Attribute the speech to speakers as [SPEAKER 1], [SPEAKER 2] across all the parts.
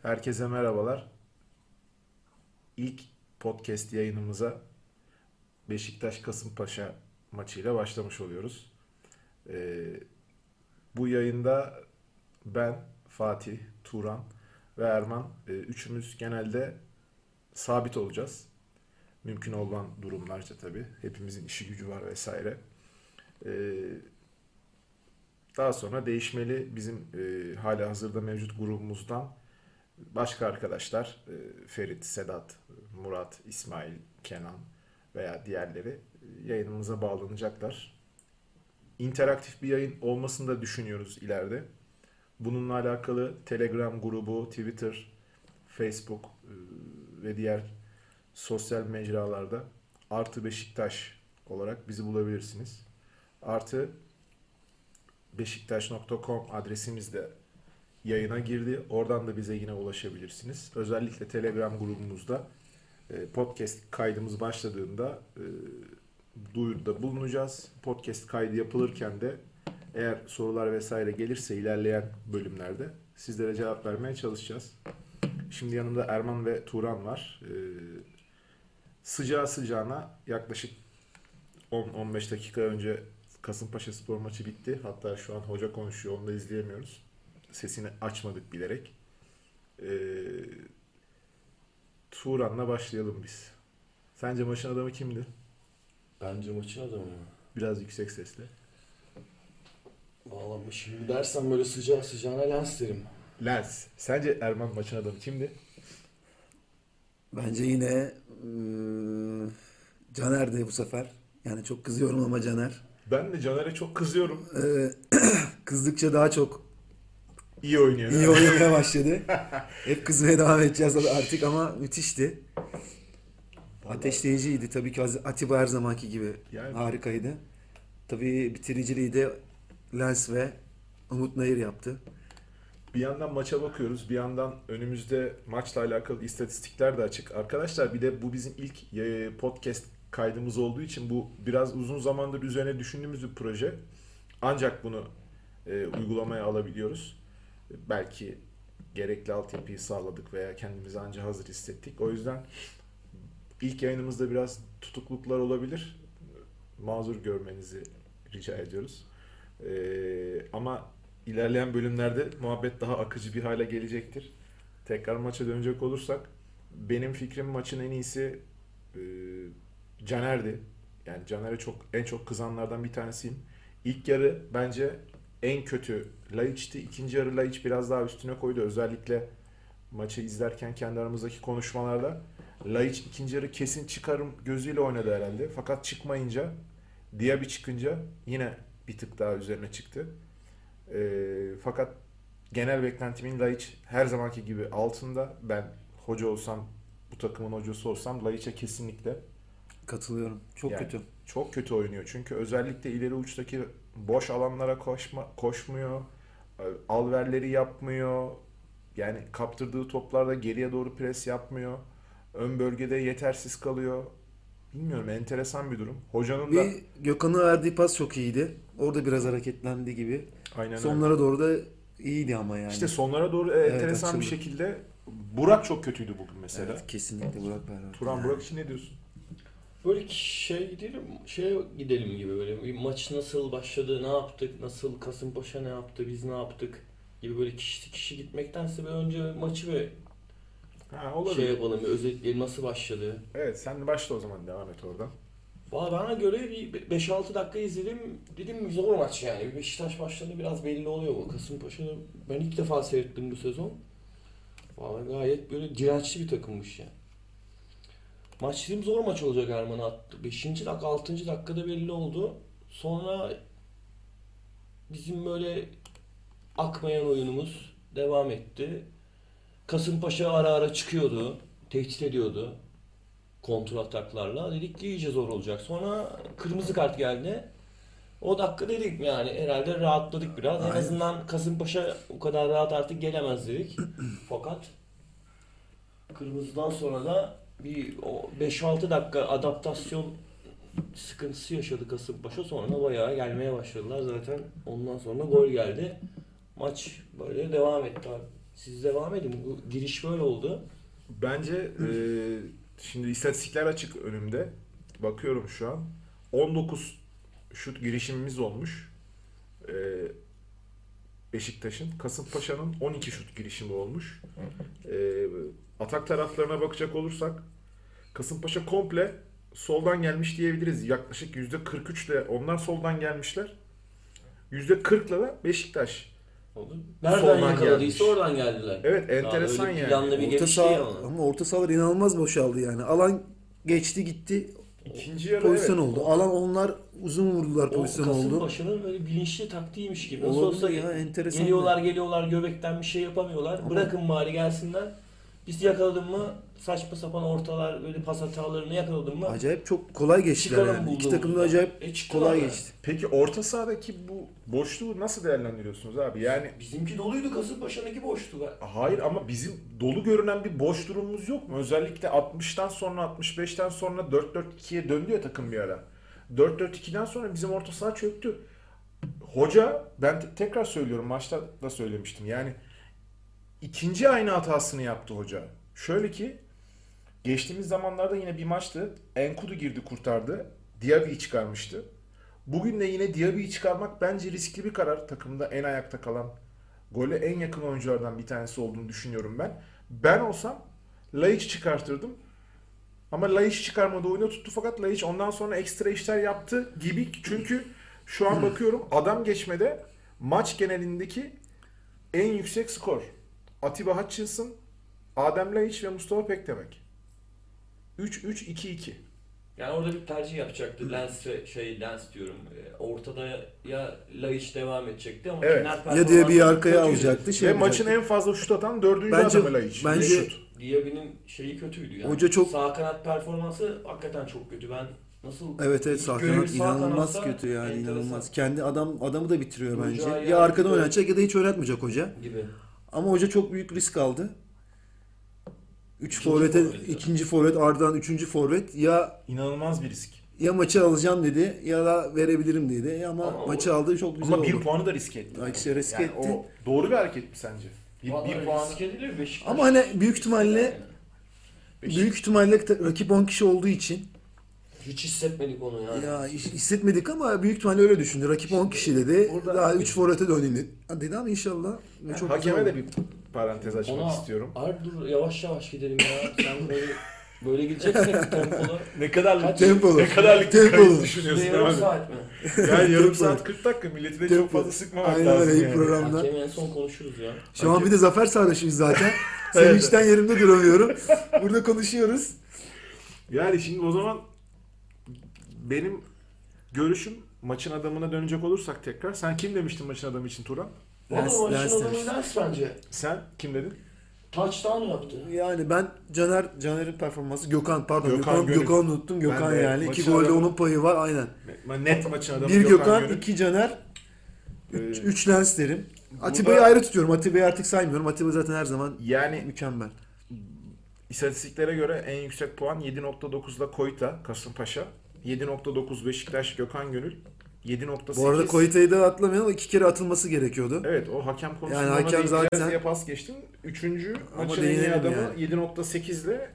[SPEAKER 1] Herkese merhabalar. İlk podcast yayınımıza Beşiktaş-Kasımpaşa maçıyla başlamış oluyoruz. Ee, Bu yayında ben, Fatih, Turan ve Erman üçümüz genelde sabit olacağız. Mümkün olan durumlarca tabii. Hepimizin işi gücü var vesaire. Ee, Daha sonra değişmeli bizim hala hazırda mevcut grubumuzdan başka arkadaşlar Ferit, Sedat, Murat, İsmail, Kenan veya diğerleri yayınımıza bağlanacaklar. İnteraktif bir yayın olmasını da düşünüyoruz ileride. Bununla alakalı Telegram grubu, Twitter, Facebook ve diğer sosyal mecralarda Artı Beşiktaş olarak bizi bulabilirsiniz. Artı beşiktaş.com adresimizde yayına girdi. Oradan da bize yine ulaşabilirsiniz. Özellikle Telegram grubumuzda podcast kaydımız başladığında duyuruda bulunacağız. Podcast kaydı yapılırken de eğer sorular vesaire gelirse ilerleyen bölümlerde sizlere cevap vermeye çalışacağız. Şimdi yanımda Erman ve Turan var. Sıcağı sıcağına yaklaşık 10-15 dakika önce Kasımpaşa spor maçı bitti. Hatta şu an hoca konuşuyor, onu da izleyemiyoruz. Sesini açmadık bilerek. Turan'la başlayalım biz. Sence maçın adamı kimdi?
[SPEAKER 2] Bence maçın adamı ya.
[SPEAKER 1] Biraz yüksek sesle.
[SPEAKER 2] Vallahi şimdi dersen böyle sıcağı sıcağına Lens derim.
[SPEAKER 1] Lens. Sence Erman maçın adamı kimdi?
[SPEAKER 3] Bence yine Caner'di bu sefer. Yani çok kızıyorum ama Caner.
[SPEAKER 1] Ben de Caner'e çok kızıyorum.
[SPEAKER 3] Kızdıkça daha çok
[SPEAKER 1] İyi oynuyor.
[SPEAKER 3] iyi oynamaya başladı. Hep kızmaya devam edeceğiz artık ama müthişti. Ateşleyiciydi. Tabii ki Atiba her zamanki gibi
[SPEAKER 1] Yani-
[SPEAKER 3] harikaydı. Tabii bitiriciliği de Lens ve Umut Nayır yaptı.
[SPEAKER 1] Bir yandan maça bakıyoruz. Bir yandan önümüzde maçla alakalı istatistikler de açık. Arkadaşlar bir de bu bizim ilk podcast kaydımız olduğu için bu biraz uzun zamandır üzerine düşündüğümüz bir proje. Ancak bunu uygulamaya alabiliyoruz. Belki gerekli altyapıyı sağladık veya kendimizi anca hazır hissettik. O yüzden ilk yayınımızda biraz tutukluklar olabilir. Mazur görmenizi rica ediyoruz. Ama ilerleyen bölümlerde muhabbet daha akıcı bir hale gelecektir. Tekrar maça dönecek olursak benim fikrim maçın en iyisi Caner'di. Yani Caner'e en çok kızanlardan bir tanesiyim. İlk yarı bence en kötü Laiç'ti. İkinci yarı Laiç biraz daha üstüne koydu. Özellikle maçı izlerken kendi aramızdaki konuşmalarda Laiç ikinci yarı kesin çıkarım gözüyle oynadı herhalde. Fakat çıkmayınca Diaby çıkınca yine bir tık daha üzerine çıktı. Fakat genel beklentimin Laiç her zamanki gibi altında. Ben hoca olsam, bu takımın hocası olsam Laiç'e kesinlikle
[SPEAKER 3] Katılıyorum. Çok
[SPEAKER 1] yani
[SPEAKER 3] kötü.
[SPEAKER 1] çok kötü oynuyor. Çünkü özellikle ileri uçtaki boş alanlara koşmuyor. Alverleri yapmıyor. Yani kaptırdığı toplarda geriye doğru pres yapmıyor. Ön bölgede yetersiz kalıyor. Bilmiyorum, enteresan bir durum. Hocanın da
[SPEAKER 3] Bir Gökhan'a verdiği pas çok iyiydi. Orada biraz hareketlendi gibi.
[SPEAKER 1] aynen öyle.
[SPEAKER 3] Sonlara doğru da iyiydi ama yani.
[SPEAKER 1] İşte sonlara doğru
[SPEAKER 3] Evet,
[SPEAKER 1] enteresan bir
[SPEAKER 3] açıldı.
[SPEAKER 1] şekilde Burak çok kötüydü bugün mesela.
[SPEAKER 3] Evet, kesinlikle Burak Berber.
[SPEAKER 1] Turan, Burak için ne diyorsun?
[SPEAKER 2] Böyle şeye gidelim gibi böyle bir maç nasıl başladı, ne yaptık, nasıl Kasımpaşa ne yaptı, biz ne yaptık gibi böyle kişi kişi gitmektense bir önce maçı ve
[SPEAKER 1] Olabilir.
[SPEAKER 2] yapalım, bir özetleyelim nasıl başladı.
[SPEAKER 1] Evet, sen de başla o zaman, devam et oradan.
[SPEAKER 2] Valla bana göre bir 5-6 dakika izledim, dedim zor maç yani. Beşiktaş başladı biraz belli oluyor bu. Kasımpaşa'da ben ilk defa seyrettim bu sezon. Valla gayet böyle dirençli bir takımmış yani. Maç dedim zor maç olacak Erman attı. 5. dakika 6. dakikada belli oldu. Sonra bizim böyle akmayan oyunumuz devam etti. Kasımpaşa ara ara çıkıyordu. Tehdit ediyordu. Kontrol ataklarla. Dedik ki iyice zor olacak. Sonra kırmızı kart geldi. O dakika dedik yani herhalde rahatladık biraz. En
[SPEAKER 3] Aynen.
[SPEAKER 2] azından Kasımpaşa o kadar rahat artık gelemez dedik. Fakat kırmızıdan sonra da bir o 5-6 dakika adaptasyon sıkıntısı yaşadı Kasımpaşa. Sonra da bayağı gelmeye başladılar. Zaten ondan sonra gol geldi. Maç böyle devam etti abi. Siz devam edin. Bu giriş böyle oldu.
[SPEAKER 1] Bence şimdi istatistikler açık önümde. Bakıyorum şu an. 19 şut girişimimiz olmuş. E, Beşiktaş'ın. Kasımpaşa'nın 12 şut girişimi olmuş. Atak taraflarına bakacak olursak Kasımpaşa komple soldan gelmiş diyebiliriz. Yaklaşık %43 ile onlar soldan gelmişler. %40'la da Beşiktaş.
[SPEAKER 2] Nereden
[SPEAKER 1] Soldan
[SPEAKER 2] yakaladıysa
[SPEAKER 1] gelmiş.
[SPEAKER 2] oradan geldiler.
[SPEAKER 1] Evet, enteresan
[SPEAKER 2] öyle
[SPEAKER 1] yani.
[SPEAKER 2] planlı bir
[SPEAKER 3] Orta
[SPEAKER 2] geliş
[SPEAKER 3] saha
[SPEAKER 2] değil ama.
[SPEAKER 3] ama orta sahalar inanılmaz boşaldı yani. Alan geçti gitti.
[SPEAKER 1] İkinci yarı
[SPEAKER 3] Pozisyon
[SPEAKER 1] evet.
[SPEAKER 3] oldu. Alan onlar uzun vurdular
[SPEAKER 2] O
[SPEAKER 3] pozisyon oldu.
[SPEAKER 2] Kasımpaşa'nın böyle bilinçli taktiğiymiş gibi. Nasıl
[SPEAKER 3] Olabilir
[SPEAKER 2] olsa
[SPEAKER 3] ya, enteresan
[SPEAKER 2] geliyorlar göbekten bir şey yapamıyorlar.
[SPEAKER 3] Ama-
[SPEAKER 2] Bırakın bari gelsinler. Biz yakaladım mı saçma sapan ortalar böyle pas hatalarını yakaladım mı
[SPEAKER 3] Acayip çok kolay geçtiler
[SPEAKER 2] çıkalım
[SPEAKER 3] yani. İki
[SPEAKER 2] bulduğumuzda.
[SPEAKER 3] takım da acayip
[SPEAKER 2] çıktılar
[SPEAKER 3] kolay
[SPEAKER 2] yani.
[SPEAKER 3] geçti.
[SPEAKER 1] Peki orta sahadaki bu boşluğu nasıl değerlendiriyorsunuz abi? Yani
[SPEAKER 2] Bizimki doluydu, Kasımpaşa'nınki boştu.
[SPEAKER 1] hayır ama bizim dolu görünen bir boş durumumuz yok mu? Özellikle 60'tan sonra 65'ten sonra 4-4-2'ye döndü ya takım bir ara. 4-4-2'den sonra bizim orta saha çöktü. Hoca ben tekrar söylüyorum, maçta da söylemiştim. Yani ikinci aynı hatasını yaptı hoca. Şöyle ki geçtiğimiz zamanlarda yine bir maçtı. Enkudu girdi kurtardı. Diaby'i çıkarmıştı. Bugün de yine Diaby'i çıkarmak bence riskli bir karar. Takımda en ayakta kalan, gole en yakın oyunculardan bir tanesi olduğunu düşünüyorum ben. Ben olsam Laiç'i çıkartırdım. Ama Laiç çıkarmadı, oyunu tuttu fakat Laiç ondan sonra ekstra işler yaptı gibi. Çünkü şu an bakıyorum adam geçmede maç genelindeki en yüksek skor. Atiba Hutchinson, Adem Laiç ve Mustafa Pekdemek. 3-3-2-2.
[SPEAKER 2] Yani orada bir tercih yapacaktı. Lens diyorum. Ortada ya Laiç devam edecekti ama
[SPEAKER 1] Evet.
[SPEAKER 2] final
[SPEAKER 3] Ya
[SPEAKER 2] performansı
[SPEAKER 3] diye bir arkaya
[SPEAKER 2] kötüydü.
[SPEAKER 3] alacaktı.
[SPEAKER 1] Ve
[SPEAKER 3] yapacaktı.
[SPEAKER 1] maçın en fazla şut atan dördüncü
[SPEAKER 3] Bence-
[SPEAKER 1] adamı Laiç.
[SPEAKER 3] bence-
[SPEAKER 1] Üç şut.
[SPEAKER 2] Diaby'nin şeyi kötüydü yani.
[SPEAKER 3] Hoca çok-
[SPEAKER 2] Sağ kanat performansı hakikaten çok kötü. Ben nasıl
[SPEAKER 3] Evet
[SPEAKER 2] ilk
[SPEAKER 3] sağ
[SPEAKER 2] görevi
[SPEAKER 3] kanat
[SPEAKER 2] sağ
[SPEAKER 3] inanılmaz
[SPEAKER 2] kanatta
[SPEAKER 3] kötü yani
[SPEAKER 2] enteresan
[SPEAKER 3] inanılmaz. Kendi adamı da bitiriyor
[SPEAKER 2] Hoca
[SPEAKER 3] bence.
[SPEAKER 2] ya
[SPEAKER 3] Ya arkada
[SPEAKER 2] bir de-
[SPEAKER 3] oynatacak ya da hiç oynatmayacak hoca.
[SPEAKER 2] gibi.
[SPEAKER 3] Ama hoca çok büyük risk aldı.
[SPEAKER 2] İkinci
[SPEAKER 3] Forvet'e
[SPEAKER 2] forvet ya.
[SPEAKER 3] ikinci forvet ardından üçüncü forvet
[SPEAKER 1] İnanılmaz bir risk.
[SPEAKER 3] ya maçı alacağım dedi ya da verebilirim dedi ama
[SPEAKER 2] Ama
[SPEAKER 3] maçı aldı çok güzel
[SPEAKER 1] Ama
[SPEAKER 3] oldu.
[SPEAKER 1] bir puanı da risk etti.
[SPEAKER 3] İkisi risk
[SPEAKER 1] Yani
[SPEAKER 3] etti.
[SPEAKER 1] o doğru bir hareket mi sence? Bir
[SPEAKER 2] Vallahi
[SPEAKER 1] puanı...
[SPEAKER 2] risk edilir Beşiktaş.
[SPEAKER 3] Ama hani büyük ihtimalle rakip 10 kişi olduğu için
[SPEAKER 2] hiç hissetmedik onu yani.
[SPEAKER 3] ya hissetmedik ama büyük ihtimalle öyle düşündü. Rakip 10 kişi dedi.
[SPEAKER 1] Burada-
[SPEAKER 3] Daha 3 forvete döneyim dedi ama inşallah çok güzel
[SPEAKER 1] Hakeme
[SPEAKER 3] oldu.
[SPEAKER 1] de bir parantez açmak
[SPEAKER 2] Ona
[SPEAKER 1] istiyorum.
[SPEAKER 2] dur yavaş yavaş gidelim ya. Sen böyle gideceksin tempolu.
[SPEAKER 1] Ne kadarlık
[SPEAKER 3] Tempolu.
[SPEAKER 1] ne kadarlık
[SPEAKER 3] Tempolu.
[SPEAKER 1] kayıt düşünüyorsun
[SPEAKER 2] Yarım
[SPEAKER 1] abi?
[SPEAKER 2] saat mi?
[SPEAKER 1] Yani yarım
[SPEAKER 3] Tempolu.
[SPEAKER 1] saat 40 dakika milleti de çok
[SPEAKER 3] Tempolu.
[SPEAKER 1] fazla sıkmamak
[SPEAKER 3] Aynen
[SPEAKER 1] lazım
[SPEAKER 3] öyle, iyi
[SPEAKER 1] yani.
[SPEAKER 3] programda.
[SPEAKER 2] Hakemi en son konuşuruz ya.
[SPEAKER 3] Şu an bir de zafer sarhoşuyuz zaten. Sevinçten yerimde duramıyorum. Burada konuşuyoruz.
[SPEAKER 1] Yani şimdi o zaman benim görüşüm maçın adamına dönecek olursak tekrar. Sen kim demiştin maçın adamı için Turan?
[SPEAKER 3] Lens
[SPEAKER 2] Oğlum maçın adamı
[SPEAKER 3] demiş.
[SPEAKER 2] Lens bence.
[SPEAKER 1] Sen kim dedin?
[SPEAKER 2] Touchdown yaptı.
[SPEAKER 3] Yani ben Caner'in performansı Gökhan
[SPEAKER 1] Gönül.
[SPEAKER 3] unuttum. Gökhan
[SPEAKER 1] Ben de
[SPEAKER 3] yani. 2
[SPEAKER 1] maçın
[SPEAKER 3] golde
[SPEAKER 1] adamı-
[SPEAKER 3] onun payı var aynen.
[SPEAKER 1] Net maçın adamı
[SPEAKER 3] Bir Gökhan,
[SPEAKER 1] Gönül.
[SPEAKER 3] 2 Caner,
[SPEAKER 1] Ee,
[SPEAKER 3] 3 Lens derim.
[SPEAKER 1] burada-
[SPEAKER 3] Atiba'yı ayrı tutuyorum. Atiba'yı artık saymıyorum. Atiba zaten her zaman
[SPEAKER 1] Yani
[SPEAKER 3] mükemmel.
[SPEAKER 1] istatistiklere göre en yüksek puan 7.9'da Koyta, Kasımpaşa. 7.9 Beşiktaş, Gökhan Gönül. 7.8.
[SPEAKER 3] Bu arada Koyta'yı da atlamayalım. 2 kere atılması gerekiyordu.
[SPEAKER 1] Evet, o hakem konusunda
[SPEAKER 3] Yani
[SPEAKER 1] ona
[SPEAKER 3] hakem
[SPEAKER 1] değineceğiz
[SPEAKER 3] zaten-
[SPEAKER 1] diye pas geçtim. Üçüncü
[SPEAKER 3] Ama
[SPEAKER 1] maçın en iyi
[SPEAKER 3] değinelim
[SPEAKER 1] adamı
[SPEAKER 3] yani.
[SPEAKER 1] 7.8 ile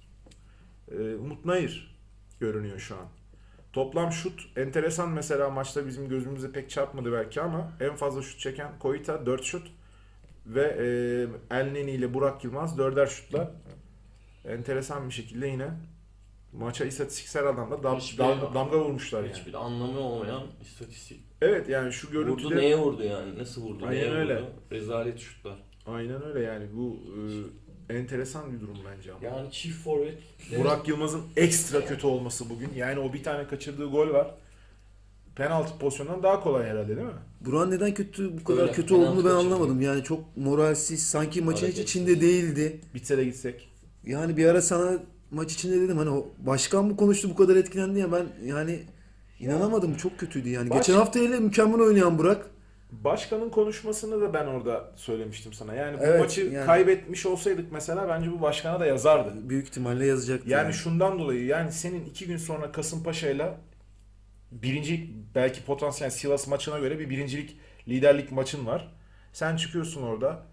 [SPEAKER 1] Umut Nayır görünüyor şu an. Toplam şut enteresan, mesela maçta bizim gözümüze pek çarpmadı belki ama en fazla şut çeken Koyta 4 şut ve Elneni ile Burak Yılmaz 4'er şutla enteresan bir şekilde yine maça istatistiksel anlamda damga vurmuşlar yani.
[SPEAKER 2] Hiçbir anlamı olmayan istatistik.
[SPEAKER 1] Evet, yani şu
[SPEAKER 2] Vurdu
[SPEAKER 1] görüntüde
[SPEAKER 2] neye vurdu yani? Nasıl vurdu?
[SPEAKER 1] Aynen
[SPEAKER 2] neye
[SPEAKER 1] öyle.
[SPEAKER 2] vurdu? Rezalet şutlar.
[SPEAKER 1] aynen öyle yani bu enteresan bir durum bence ama.
[SPEAKER 2] Yani çift forvet.
[SPEAKER 1] Burak Yılmaz'ın ekstra kötü olması bugün. Yani o bir tane kaçırdığı gol var. Penaltı pozisyonundan daha kolay herhalde, değil mi?
[SPEAKER 3] Burak'ın neden bu kadar
[SPEAKER 2] Öyle,
[SPEAKER 3] kötü
[SPEAKER 2] penaltı
[SPEAKER 3] olduğunu ben
[SPEAKER 2] kaçırdı.
[SPEAKER 3] anlamadım. Yani çok moralsiz. Sanki maçın hiç
[SPEAKER 2] Hareketsiz.
[SPEAKER 3] içinde değildi.
[SPEAKER 1] Bitse de gitsek.
[SPEAKER 3] Yani bir ara sana maç içinde dedim hani o başkan mı konuştu bu kadar etkilendi ya ben yani inanamadım, çok kötüydü yani. Geçen hafta ile mükemmel oynayan Burak.
[SPEAKER 1] Başkanın konuşmasını da ben orada söylemiştim sana. Yani bu
[SPEAKER 3] Evet,
[SPEAKER 1] maçı
[SPEAKER 3] yani-
[SPEAKER 1] kaybetmiş olsaydık mesela bence bu başkana da yazardı.
[SPEAKER 3] Büyük ihtimalle yazacaktı.
[SPEAKER 1] Yani şundan dolayı, yani senin 2 gün sonra Kasımpaşa'yla birinci, belki potansiyel Sivas maçına göre bir birincilik, liderlik maçın var. Sen çıkıyorsun orada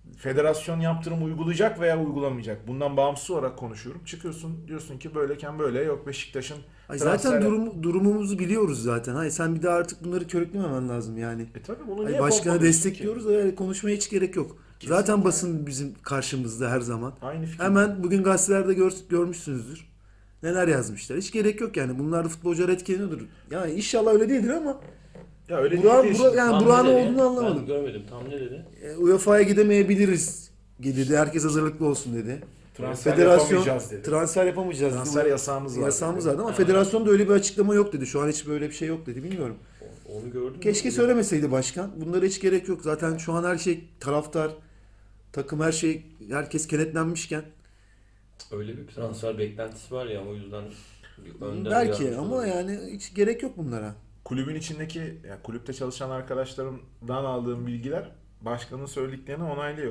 [SPEAKER 1] federasyon yaptırım uygulayacak veya uygulamayacak. Bundan bağımsız olarak konuşuyorum. Çıkıyorsun diyorsun ki böyleyken böyle, yok Beşiktaş'ın
[SPEAKER 3] Zaten durumumuzu biliyoruz zaten. Hayır, sen bir daha artık bunları körüklememen lazım yani.
[SPEAKER 1] Tabii bunu
[SPEAKER 3] Hayır,
[SPEAKER 1] niye
[SPEAKER 3] başkanı
[SPEAKER 1] pompalıyorsun
[SPEAKER 3] destekliyoruz da yani konuşmaya hiç gerek yok.
[SPEAKER 1] Kesinlikle.
[SPEAKER 3] Zaten basın bizim karşımızda her zaman.
[SPEAKER 1] Aynı fikir.
[SPEAKER 3] Hemen bugün gazetelerde görmüşsünüzdür. Neler yazmışlar. Hiç gerek yok yani. Bunlar da futbolcular etkileniyordur. Yani inşallah öyle değildir ama
[SPEAKER 1] Ya öyle
[SPEAKER 3] Burak,
[SPEAKER 1] değil.
[SPEAKER 3] yani Burak'ın ne olduğunu anlamadım.
[SPEAKER 2] Ben görmedim. Tam ne dedi?
[SPEAKER 3] UEFA'ya gidemeyebiliriz dedi. Herkes hazırlıklı olsun dedi.
[SPEAKER 1] Transfer
[SPEAKER 3] Federasyon
[SPEAKER 1] yapamayacağız dedi.
[SPEAKER 3] transfer yapamayacağız.
[SPEAKER 1] Transfer yasağımız var.
[SPEAKER 3] Yasağımız vardı ama
[SPEAKER 2] Ha.
[SPEAKER 3] federasyonda öyle bir açıklama yok dedi. Şu an hiç böyle bir şey yok dedi. Bilmiyorum.
[SPEAKER 2] Onu gördüm.
[SPEAKER 3] Keşke söylemeseydi başkan. Bunlara hiç gerek yok. Zaten şu an her şey taraftar, takım, her şey, herkes kenetlenmişken.
[SPEAKER 2] Öyle bir transfer beklentisi var ya, o yüzden bir önden
[SPEAKER 3] Belki
[SPEAKER 2] uyarmış
[SPEAKER 3] ama
[SPEAKER 2] olabilir.
[SPEAKER 3] yani hiç gerek yok bunlara.
[SPEAKER 1] Kulübün içindeki, yani kulüpte çalışan arkadaşlarımdan aldığım bilgiler başkanın söylediklerini onaylıyor.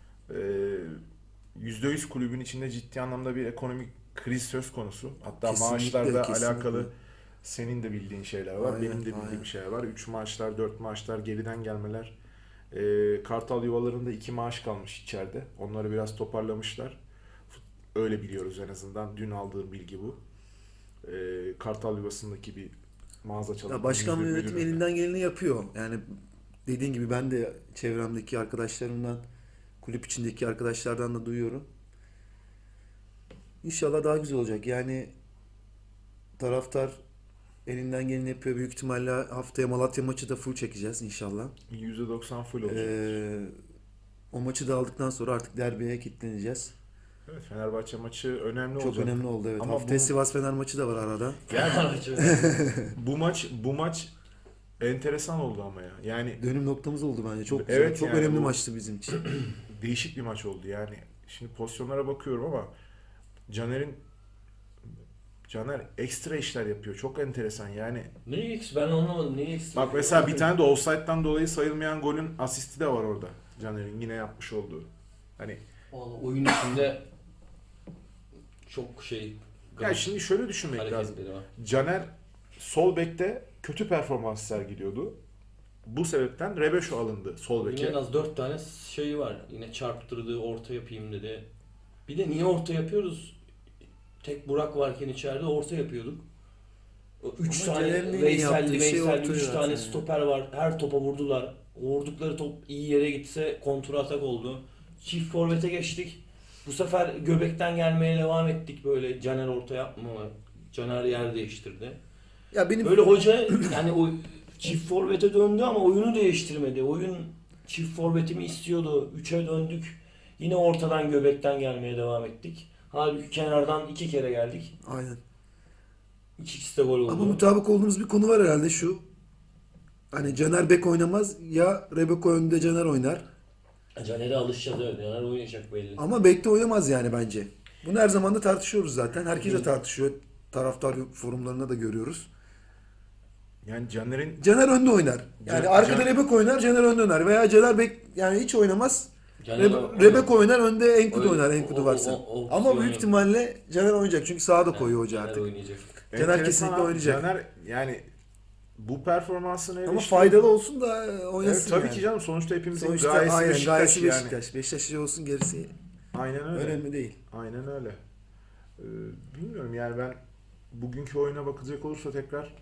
[SPEAKER 1] %100 kulübün içinde ciddi anlamda bir ekonomik kriz söz konusu. Hatta
[SPEAKER 3] Kesinlikle,
[SPEAKER 1] maaşlarla
[SPEAKER 3] kesinlikle.
[SPEAKER 1] alakalı senin de bildiğin şeyler var.
[SPEAKER 3] Aynen,
[SPEAKER 1] Benim de bildiğim
[SPEAKER 3] aynen.
[SPEAKER 1] şeyler var. 3 maaşlar, 4 maaşlar, geriden gelmeler. Kartal yuvalarında 2 maaş kalmış içeride. Onları biraz toparlamışlar. Öyle biliyoruz en azından. Dün aldığım bilgi bu. Kartal yuvasındaki bir mağaza çalışan
[SPEAKER 3] Ya başkan ve yönetim
[SPEAKER 1] müdürü.
[SPEAKER 3] elinden geleni yapıyor. Yani dediğin gibi ben de çevremdeki arkadaşlarımdan, kulüp içindeki arkadaşlardan da duyuyorum. İnşallah daha güzel olacak. Yani taraftar elinden geleni yapıyor. Büyük ihtimalle haftaya Malatya maçı da full çekeceğiz inşallah.
[SPEAKER 1] %90 full olacak.
[SPEAKER 3] O maçı da aldıktan sonra artık derbiye kilitleneceğiz.
[SPEAKER 1] Evet, Fenerbahçe maçı önemli
[SPEAKER 3] Çok
[SPEAKER 1] olacak.
[SPEAKER 3] önemli oldu, evet.
[SPEAKER 1] Ama
[SPEAKER 3] Haftaya
[SPEAKER 1] bu-
[SPEAKER 3] Sivas Fener maçı da var arada.
[SPEAKER 1] Yani bu maç enteresan oldu ama ya. Yani
[SPEAKER 3] Dönüm noktamız oldu bence. Çok güzel.
[SPEAKER 1] Evet,
[SPEAKER 3] çok
[SPEAKER 1] yani
[SPEAKER 3] önemli
[SPEAKER 1] bu-
[SPEAKER 3] maçtı bizim için.
[SPEAKER 1] değişik bir maç oldu yani. Şimdi pozisyonlara bakıyorum ama Caner ekstra işler yapıyor. Çok enteresan yani.
[SPEAKER 2] Neyi eksik? Ben anlamadım. Neyi eksik?
[SPEAKER 1] Bak mesela bir tane de offside'dan dolayı sayılmayan golün asisti de var orada. Caner'in yine yapmış olduğu. Hani
[SPEAKER 2] Vallahi oyun içinde çok
[SPEAKER 1] ya şimdi şöyle düşünmek lazım.
[SPEAKER 2] hareketleri var.
[SPEAKER 1] Caner sol bekte kötü performans sergiliyordu. Bu sebepten Rebeşo alındı sol
[SPEAKER 2] Oyunun
[SPEAKER 1] beke.
[SPEAKER 2] en az 4 tane şeyi var. Yine çarptırdı, orta yapayım dedi. Bir de niye orta yapıyoruz? Tek Burak varken içeride orta yapıyorduk. 3
[SPEAKER 3] Ama Caner'in
[SPEAKER 2] tane
[SPEAKER 3] en iyi
[SPEAKER 2] Veysel'li,
[SPEAKER 3] yaptığı şey
[SPEAKER 2] 3
[SPEAKER 3] ortaya
[SPEAKER 2] tane
[SPEAKER 3] zaten
[SPEAKER 2] stoper var. Her topa vurdular. Vurdukları top iyi yere gitse kontra atak oldu. Çift forvete geçtik. Bu sefer göbekten gelmeye devam ettik böyle. Caner orta yapma. Caner yer değiştirdi.
[SPEAKER 3] Ya benim
[SPEAKER 2] Böyle hoca yani o çift forvete döndü ama oyunu değiştirmedi. Oyun çift forvetimi istiyordu. 3'e döndük. Yine ortadan göbekten gelmeye devam ettik. Halbuki kenardan 2 kere geldik.
[SPEAKER 3] aynen.
[SPEAKER 2] İkisi de gol oldu.
[SPEAKER 3] Ama mutabık olduğumuz bir konu var herhalde şu. Hani Caner bek oynamaz ya Rebeko önünde Caner oynar.
[SPEAKER 2] Caner'e alışacağız, evet. Caner oynayacak belli.
[SPEAKER 3] Ama bekte oynamaz yani bence. Bunu her zaman da tartışıyoruz zaten. Herkes de tartışıyor. Taraftar forumlarında da görüyoruz.
[SPEAKER 1] Yani Caner'in
[SPEAKER 3] Caner önde oynar. Yani arkada Rebeko oynar, Caner önde oynar. Veya Caner bek yani hiç oynamaz. Rebeko oynar, önde Enkudu oynar, Enkudu varsa. Ama büyük ihtimalle Caner oynayacak. Çünkü sağa da koyuyor hoca
[SPEAKER 2] Caner
[SPEAKER 3] artık.
[SPEAKER 2] oynayacak.
[SPEAKER 3] Caner
[SPEAKER 1] enteresan
[SPEAKER 3] kesinlikle
[SPEAKER 1] abi.
[SPEAKER 3] oynayacak.
[SPEAKER 1] Caner yani bu performansını
[SPEAKER 3] Ama
[SPEAKER 1] eleştiriyor.
[SPEAKER 3] faydalı olsun da oynasın
[SPEAKER 1] Evet, tabii
[SPEAKER 3] yani.
[SPEAKER 1] ki canım. Sonuçta hepimizin
[SPEAKER 3] Sonuçta
[SPEAKER 1] gayesi
[SPEAKER 3] aynen
[SPEAKER 1] Beşiktaş
[SPEAKER 3] gayesi
[SPEAKER 1] yani.
[SPEAKER 3] Beşiktaş. Beşiktaş olsun, gerisi
[SPEAKER 1] Aynen öyle.
[SPEAKER 3] önemli değil.
[SPEAKER 1] Aynen öyle. Bilmiyorum yani ben bugünkü oyuna bakacak olursa tekrar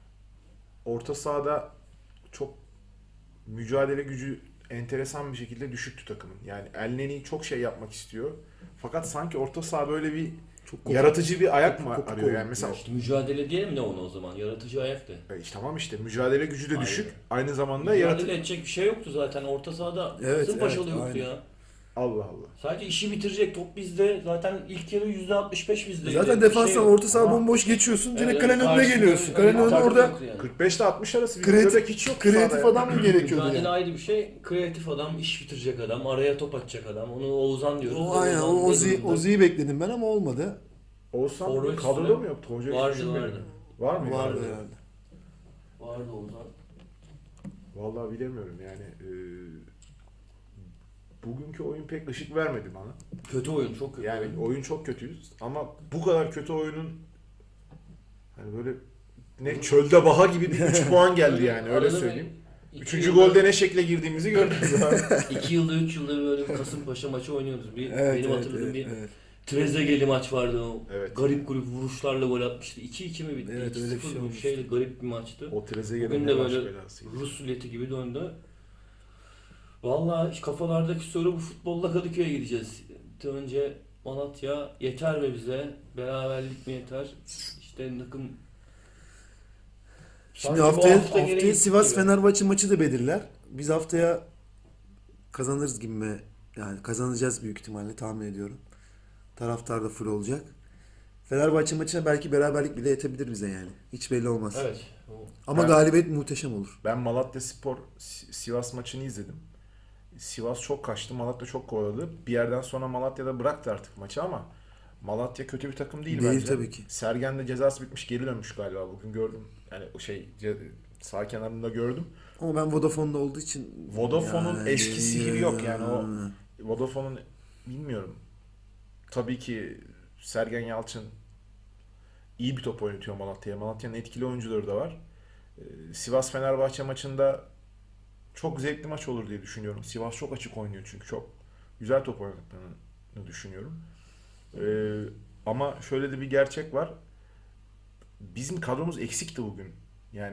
[SPEAKER 1] orta sahada çok mücadele gücü enteresan bir şekilde düşüktü takımın. Yani Elneny çok şey yapmak istiyor. Fakat sanki orta saha böyle bir
[SPEAKER 3] Çok kopuk.
[SPEAKER 1] yaratıcı bir ayak mı
[SPEAKER 3] kopuk
[SPEAKER 1] arıyor? Yani
[SPEAKER 3] oldu.
[SPEAKER 1] mesela
[SPEAKER 2] İşte mücadele diyelim de onu o zaman. Yaratıcı ayak de.
[SPEAKER 1] işte tamam işte mücadele gücü de
[SPEAKER 2] Aynen.
[SPEAKER 1] düşük. Aynı zamanda
[SPEAKER 2] Mücadele edecek bir şey yoktu zaten. Orta sahada
[SPEAKER 3] Evet,
[SPEAKER 2] Kasımpaşalı
[SPEAKER 3] evet,
[SPEAKER 2] yoktu
[SPEAKER 3] aynen.
[SPEAKER 2] ya.
[SPEAKER 1] Allah Allah.
[SPEAKER 2] Sadece işi bitirecek top bizde. Zaten ilk yarı %65 bizde.
[SPEAKER 3] Zaten
[SPEAKER 2] Bir
[SPEAKER 3] defanstan
[SPEAKER 2] şey yok.
[SPEAKER 3] orta saha
[SPEAKER 1] Ama-
[SPEAKER 3] bomboş geçiyorsun. Direkt
[SPEAKER 2] Evet,
[SPEAKER 3] kalenin önüne
[SPEAKER 2] karşında
[SPEAKER 3] geliyorsun.
[SPEAKER 2] öyle
[SPEAKER 3] Kalenin
[SPEAKER 2] bir
[SPEAKER 3] önünde
[SPEAKER 2] atak
[SPEAKER 3] orada
[SPEAKER 2] yoktu yani.
[SPEAKER 1] 45'te 60 arası bir
[SPEAKER 3] Kreatif-
[SPEAKER 1] göbek hiç yok.
[SPEAKER 3] kreatif
[SPEAKER 1] sahada
[SPEAKER 3] adam mı gerekiyordu
[SPEAKER 2] Mücadele
[SPEAKER 3] yani?
[SPEAKER 2] ayrı bir şey. Kreatif adam, iş bitirecek adam, araya top atacak adam. Onu Oğuzhan diyoruz.
[SPEAKER 3] O aynen
[SPEAKER 2] Oğuzhan
[SPEAKER 3] o
[SPEAKER 2] dediğinde-
[SPEAKER 3] Ozi'yi bekledim ben ama olmadı.
[SPEAKER 1] Oğuzhan
[SPEAKER 2] Forvet
[SPEAKER 1] kadroda
[SPEAKER 2] üstüne-
[SPEAKER 1] mı yoktu? Hoca hiç
[SPEAKER 2] Vardı,
[SPEAKER 1] düşünmedi.
[SPEAKER 2] vardı.
[SPEAKER 1] Var mı?
[SPEAKER 3] Vardı herhalde.
[SPEAKER 2] Vardı Oğuzhan.
[SPEAKER 1] Vallahi bilemiyorum yani. Bugünkü oyun pek ışık vermedi bana.
[SPEAKER 2] Kötü oyun, çok kötü
[SPEAKER 1] Yani
[SPEAKER 2] oyun.
[SPEAKER 1] oyun çok kötüyüz ama bu kadar kötü oyunun hani böyle ne çölde baha gibi bir 3 puan geldi yani öyle
[SPEAKER 2] Arada
[SPEAKER 1] söyleyeyim. Üçüncü golde ne şekle girdiğimizi gördünüz abi.
[SPEAKER 2] 2 yılda 3 yılda böyle bir Kasımpaşa maçı oynuyoruz. Benim hatırladığım bir Trezeguet'li maç vardı o.
[SPEAKER 1] Evet.
[SPEAKER 2] Garip vuruşlarla gol atmıştı. 2-2 mi bitti?
[SPEAKER 3] Evet, öyle bir şey olmuş.
[SPEAKER 2] Şeyle garip bir maçtı.
[SPEAKER 1] O Trezeguet'in
[SPEAKER 2] Bugün de böyle Rus ruleti gibi döndü. Vallahi kafalardaki soru bu, futbolla Kadıköy'e gideceğiz. Önce Malatya yeter mi bize? Beraberlik mi yeter? İşte takım...
[SPEAKER 3] Şimdi haftaya Sivas Fenerbahçe maçı da belirler. Biz haftaya kazanırız gibi mi? Yani kazanacağız büyük ihtimalle, tahmin ediyorum. Taraftar da full olacak. Fenerbahçe maçına belki beraberlik bile yetebilir bize yani. Hiç belli olmaz.
[SPEAKER 2] Evet.
[SPEAKER 3] Ama galibiyet muhteşem olur.
[SPEAKER 1] Ben Malatyaspor Sivas maçını izledim. Sivas çok kaçtı, Malatya çok kovaladı. Bir yerden sonra Malatya'da bıraktı artık maçı ama Malatya kötü bir takım değil bence.
[SPEAKER 3] Değil tabii ki.
[SPEAKER 1] Sergen de cezası bitmiş, geri dönmüş galiba. Bugün gördüm. Yani sağ kenarında gördüm.
[SPEAKER 3] Ama ben Vodafone'da olduğu için...
[SPEAKER 1] Vodafone'un
[SPEAKER 3] yani,
[SPEAKER 1] eskisi gibi yok yani o Vodafone'un bilmiyorum. Tabii ki Sergen Yalçın iyi bir top oynatıyor Malatya'ya. Malatya'nın etkili oyuncuları da var. Sivas Fenerbahçe maçında çok zevkli maç olur diye düşünüyorum. Sivas çok açık oynuyor çünkü çok güzel top oynadıklarını düşünüyorum. Ama şöyle de bir gerçek var. Bizim kadromuz eksikti bugün. Yani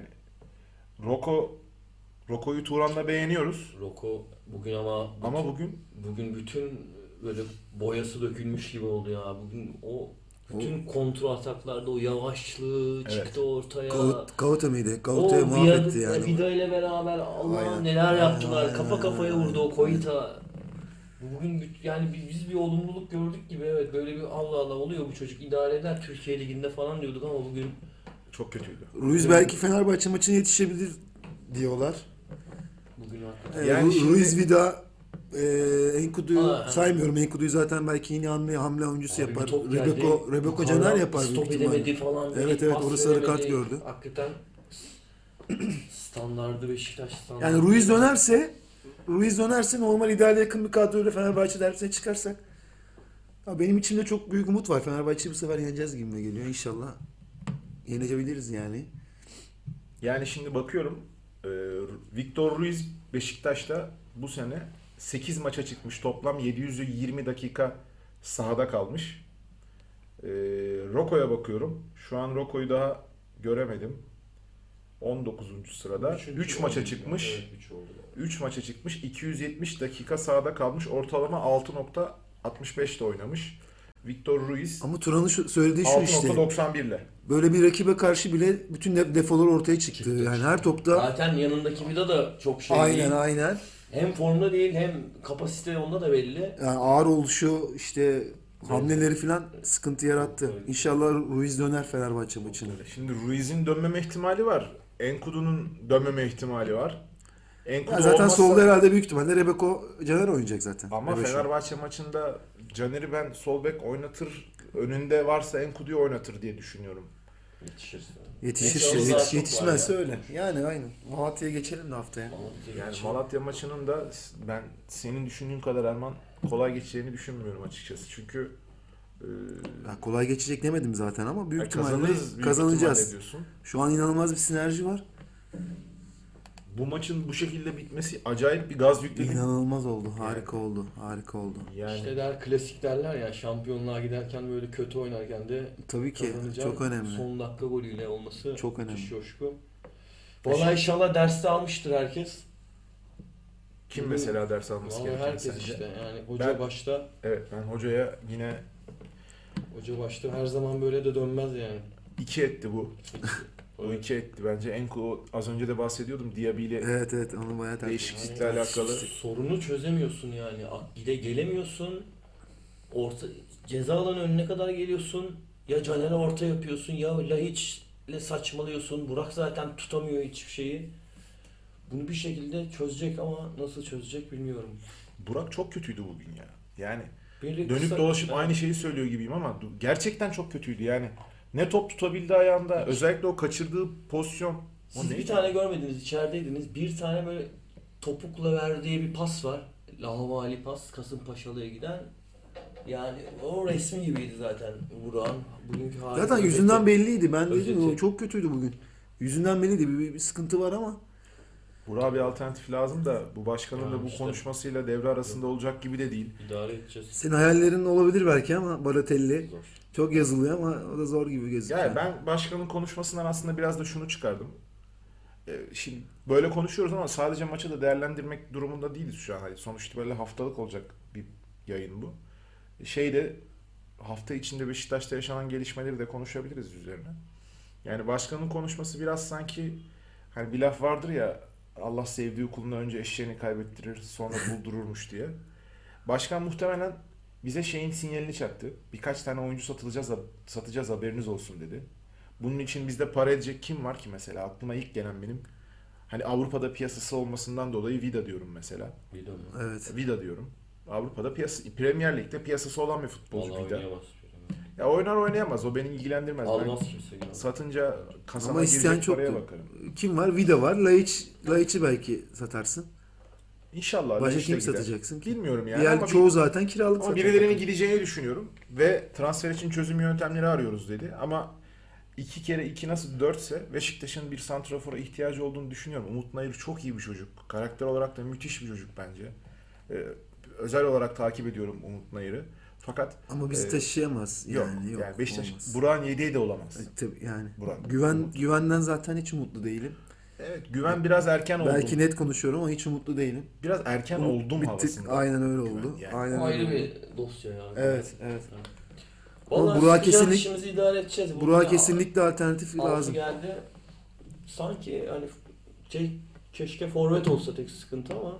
[SPEAKER 1] Roko'yu Turan'la beğeniyoruz.
[SPEAKER 2] Roko bugün ama bugün bütün böyle boyası dökülmüş gibi oldu ya. Bugün bütün kontrol ataklarda o yavaşlığı çıktı ortaya.
[SPEAKER 3] Gauta mıydı? Gauta'ya mahvetti yani.
[SPEAKER 2] Vida ile beraber Allah'ım neler yaptılar. Kafa kafaya vurdu o Koita. Bugün yani biz bir olumluluk gördük gibi, evet, böyle bir Allah Allah oluyor bu çocuk idare eder Türkiye Ligi'nde falan diyorduk ama bugün
[SPEAKER 1] çok kötüydü.
[SPEAKER 3] Ruiz belki Fenerbahçe maçına yetişebilir diyorlar.
[SPEAKER 2] Bugün
[SPEAKER 3] yani Ruiz, Vida, Enkudu'yu saymıyorum. Enkudu'yu zaten belki yine hamle oyuncusu
[SPEAKER 2] abi
[SPEAKER 3] yapar.
[SPEAKER 2] Rebeko
[SPEAKER 3] Caner yapar
[SPEAKER 2] büyük ihtimalle. Falan.
[SPEAKER 3] Evet orada sarı kart gördü.
[SPEAKER 2] Hakikaten standardı Beşiktaş standardı.
[SPEAKER 3] Yani Ruiz dönerse normal ideale yakın bir kadroyla Fenerbahçe derbisine çıkarsak, benim içimde çok büyük umut var. Fenerbahçe'yi bu sefer yeneceğiz gibime geliyor. İnşallah yenebiliriz yani.
[SPEAKER 1] Yani şimdi bakıyorum Victor Ruiz Beşiktaş'ta bu sene 8 maça çıkmış, toplam 720 dakika sahada kalmış. Roko'ya bakıyorum. Şu an Roko'yu daha göremedim. 19. sırada. 3 maça çıkmış. Evet, 3 maça çıkmış. 270 dakika sahada kalmış. Ortalama 6.65'te oynamış. Victor Ruiz.
[SPEAKER 3] Ama Turan'ın söylediği şu işte.
[SPEAKER 1] 6.91 ile.
[SPEAKER 3] Böyle bir rakibe karşı bile bütün defolar ortaya çıktı. Yani her topta.
[SPEAKER 2] Zaten yanındaki Vida da çok
[SPEAKER 3] Aynen.
[SPEAKER 2] Hem formda değil hem kapasite onda da belli.
[SPEAKER 3] Yani ağır oluşu işte hamleleri falan sıkıntı yarattı. İnşallah Ruiz döner Fenerbahçe maçına.
[SPEAKER 1] Şimdi Ruiz'in dönmeme ihtimali var. Enkudu'nun dönmeme ihtimali var.
[SPEAKER 3] Zaten olmazsa... solda herhalde büyük ihtimalle Rebeko Caner oynayacak zaten.
[SPEAKER 1] Ama Fenerbahçe maçında Caner'i ben sol bek oynatır, önünde varsa Enkudu'yu oynatır diye düşünüyorum.
[SPEAKER 3] Yetişmezse öyle. Yani aynen. Malatya'ya geçelim de haftaya.
[SPEAKER 1] Malatya maçının da ben senin düşündüğün kadar Erman kolay geçeceğini düşünmüyorum açıkçası. Çünkü
[SPEAKER 3] kolay geçecek demedim zaten ama büyük ihtimalle kazanacağız. Şu an inanılmaz bir sinerji var.
[SPEAKER 1] Bu maçın bu şekilde bitmesi acayip bir gaz yükledi.
[SPEAKER 3] İnanılmaz oldu. Harika oldu.
[SPEAKER 2] Yani işte klasik derler ya, şampiyonluğa giderken böyle kötü oynarken de
[SPEAKER 3] tabii ki çok önemli.
[SPEAKER 2] Son dakika golüyle olması
[SPEAKER 3] çok önemli.
[SPEAKER 2] Coşku. Vallahi inşallah derste almıştır herkes.
[SPEAKER 1] Kim mesela ders alması gereken
[SPEAKER 2] herkes
[SPEAKER 1] sence?
[SPEAKER 2] İşte yani hoca başta.
[SPEAKER 1] Evet, ben hocaya yine
[SPEAKER 2] hoca başta her zaman böyle de dönmez yani.
[SPEAKER 1] 2 etti bu. O 2 etti bence. Az önce de bahsediyordum Diaby ile.
[SPEAKER 3] Evet onu bayağı
[SPEAKER 1] değişiklikle alakalı.
[SPEAKER 2] Sorunu çözemiyorsun yani. Gelemiyorsun. Ceza alanı önüne kadar geliyorsun. Ya Caner'e orta yapıyorsun ya Lahiç'le saçmalıyorsun. Burak zaten tutamıyor hiçbir şeyi. Bunu bir şekilde çözecek ama nasıl çözecek bilmiyorum.
[SPEAKER 1] Burak çok kötüydü bugün ya. Yani dönüp dolaşıp aynı şeyi söylüyor gibiyim ama gerçekten çok kötüydü yani. Ne top tutabildi ayağında. Özellikle o kaçırdığı pozisyon.
[SPEAKER 2] Siz bir tane görmediniz, içerideydiniz. Bir tane böyle topukla verdiği bir pas var. Lahavali pas, Kasımpaşalı'ya giden. Yani o resmi gibiydi zaten Burak'ın. Bugünkü hali.
[SPEAKER 3] Zaten yüzünden belliydi. Ben dedim çok kötüydü bugün. Yüzünden belliydi. Bir sıkıntı var ama.
[SPEAKER 1] Burak'a bir alternatif lazım da bu başkanın da bu
[SPEAKER 2] işte.
[SPEAKER 1] konuşmasıyla devre arasında olacak gibi de değil.
[SPEAKER 2] İdare edeceğiz.
[SPEAKER 3] Senin hayallerin olabilir belki ama Balotelli
[SPEAKER 2] Zor.
[SPEAKER 3] çok yazılıyor ama o da zor gibi gözüküyor.
[SPEAKER 1] Yani ben başkanın konuşmasından aslında biraz da şunu çıkardım. Şimdi böyle konuşuyoruz ama sadece maçı da değerlendirmek durumunda değiliz şu an. Hani sonuçta böyle haftalık olacak bir yayın bu. Hafta içinde Beşiktaş'ta yaşanan gelişmeleri de konuşabiliriz üzerine. Yani başkanın konuşması biraz sanki hani bir laf vardır ya, Allah sevdiği kuluna önce eşeğini kaybettirir sonra buldururmuş diye. Başkan muhtemelen bize şeyin sinyalini çaktı. Birkaç tane oyuncu satacağız haberiniz olsun dedi. Bunun için bizde para edecek kim var ki mesela? Aklıma ilk gelen benim. Hani Avrupa'da piyasası olmasından dolayı Vida diyorum mesela.
[SPEAKER 2] Vida mı?
[SPEAKER 3] Evet.
[SPEAKER 1] Vida diyorum. Avrupa'da Premier Lig'de piyasası olan bir futbolcu
[SPEAKER 2] Vallahi
[SPEAKER 1] Vida.
[SPEAKER 2] oynayamaz.
[SPEAKER 1] Ya oynar oynayamaz. O beni ilgilendirmez.
[SPEAKER 2] Almaz kimse. Yani.
[SPEAKER 1] Satınca kasama
[SPEAKER 3] Ama isteyen
[SPEAKER 1] girecek paraya
[SPEAKER 3] çoktu.
[SPEAKER 1] bakarım.
[SPEAKER 3] Kim var? Vida var. Laiç'i belki satarsın.
[SPEAKER 1] İnşallah.
[SPEAKER 3] Başka
[SPEAKER 1] Laiç de
[SPEAKER 3] kim
[SPEAKER 1] gider.
[SPEAKER 3] satacaksın ki?
[SPEAKER 1] Bilmiyorum yani.
[SPEAKER 3] Diğer çoğu zaten kiralık
[SPEAKER 1] ama
[SPEAKER 3] zaten.
[SPEAKER 1] birilerinin gideceğini düşünüyorum. Ve transfer için çözüm yöntemleri arıyoruz dedi. Ama 2 kere 2 nasıl 4'se Beşiktaş'ın bir santrafora ihtiyacı olduğunu düşünüyorum. Umut Nayır çok iyi bir çocuk. Karakter olarak da müthiş bir çocuk bence. Özel olarak takip ediyorum Umut Nayır'ı. Fakat
[SPEAKER 3] Ama bizi taşıyamaz.
[SPEAKER 1] yok.
[SPEAKER 3] Yani
[SPEAKER 1] Yani Beşiktaş
[SPEAKER 3] olmaz.
[SPEAKER 1] Burak'ın yediği de olamaz.
[SPEAKER 3] Tabii yani.
[SPEAKER 1] Burak.
[SPEAKER 3] Güvenden zaten hiç umutlu değilim.
[SPEAKER 1] Evet, güven biraz erken oldu.
[SPEAKER 3] Belki net konuşuyorum ama hiç umutlu değilim.
[SPEAKER 1] Biraz erken oldum
[SPEAKER 3] Bir
[SPEAKER 1] havasında.
[SPEAKER 3] tık aynen öyle
[SPEAKER 1] Güven
[SPEAKER 3] oldu.
[SPEAKER 1] yani.
[SPEAKER 3] Aynen
[SPEAKER 2] O ayrı
[SPEAKER 3] öyle.
[SPEAKER 2] bir dosya ya.
[SPEAKER 3] Evet.
[SPEAKER 2] Vallahi
[SPEAKER 3] Burak'a
[SPEAKER 2] sıkacağız,
[SPEAKER 3] kesinlik-
[SPEAKER 2] işimizi idare edeceğiz. Bu
[SPEAKER 3] Burak'a
[SPEAKER 2] ya,
[SPEAKER 3] kesinlikle alternatif
[SPEAKER 2] altı
[SPEAKER 3] lazım.
[SPEAKER 2] geldi. Sanki hani keşke forvet olsa tek sıkıntı ama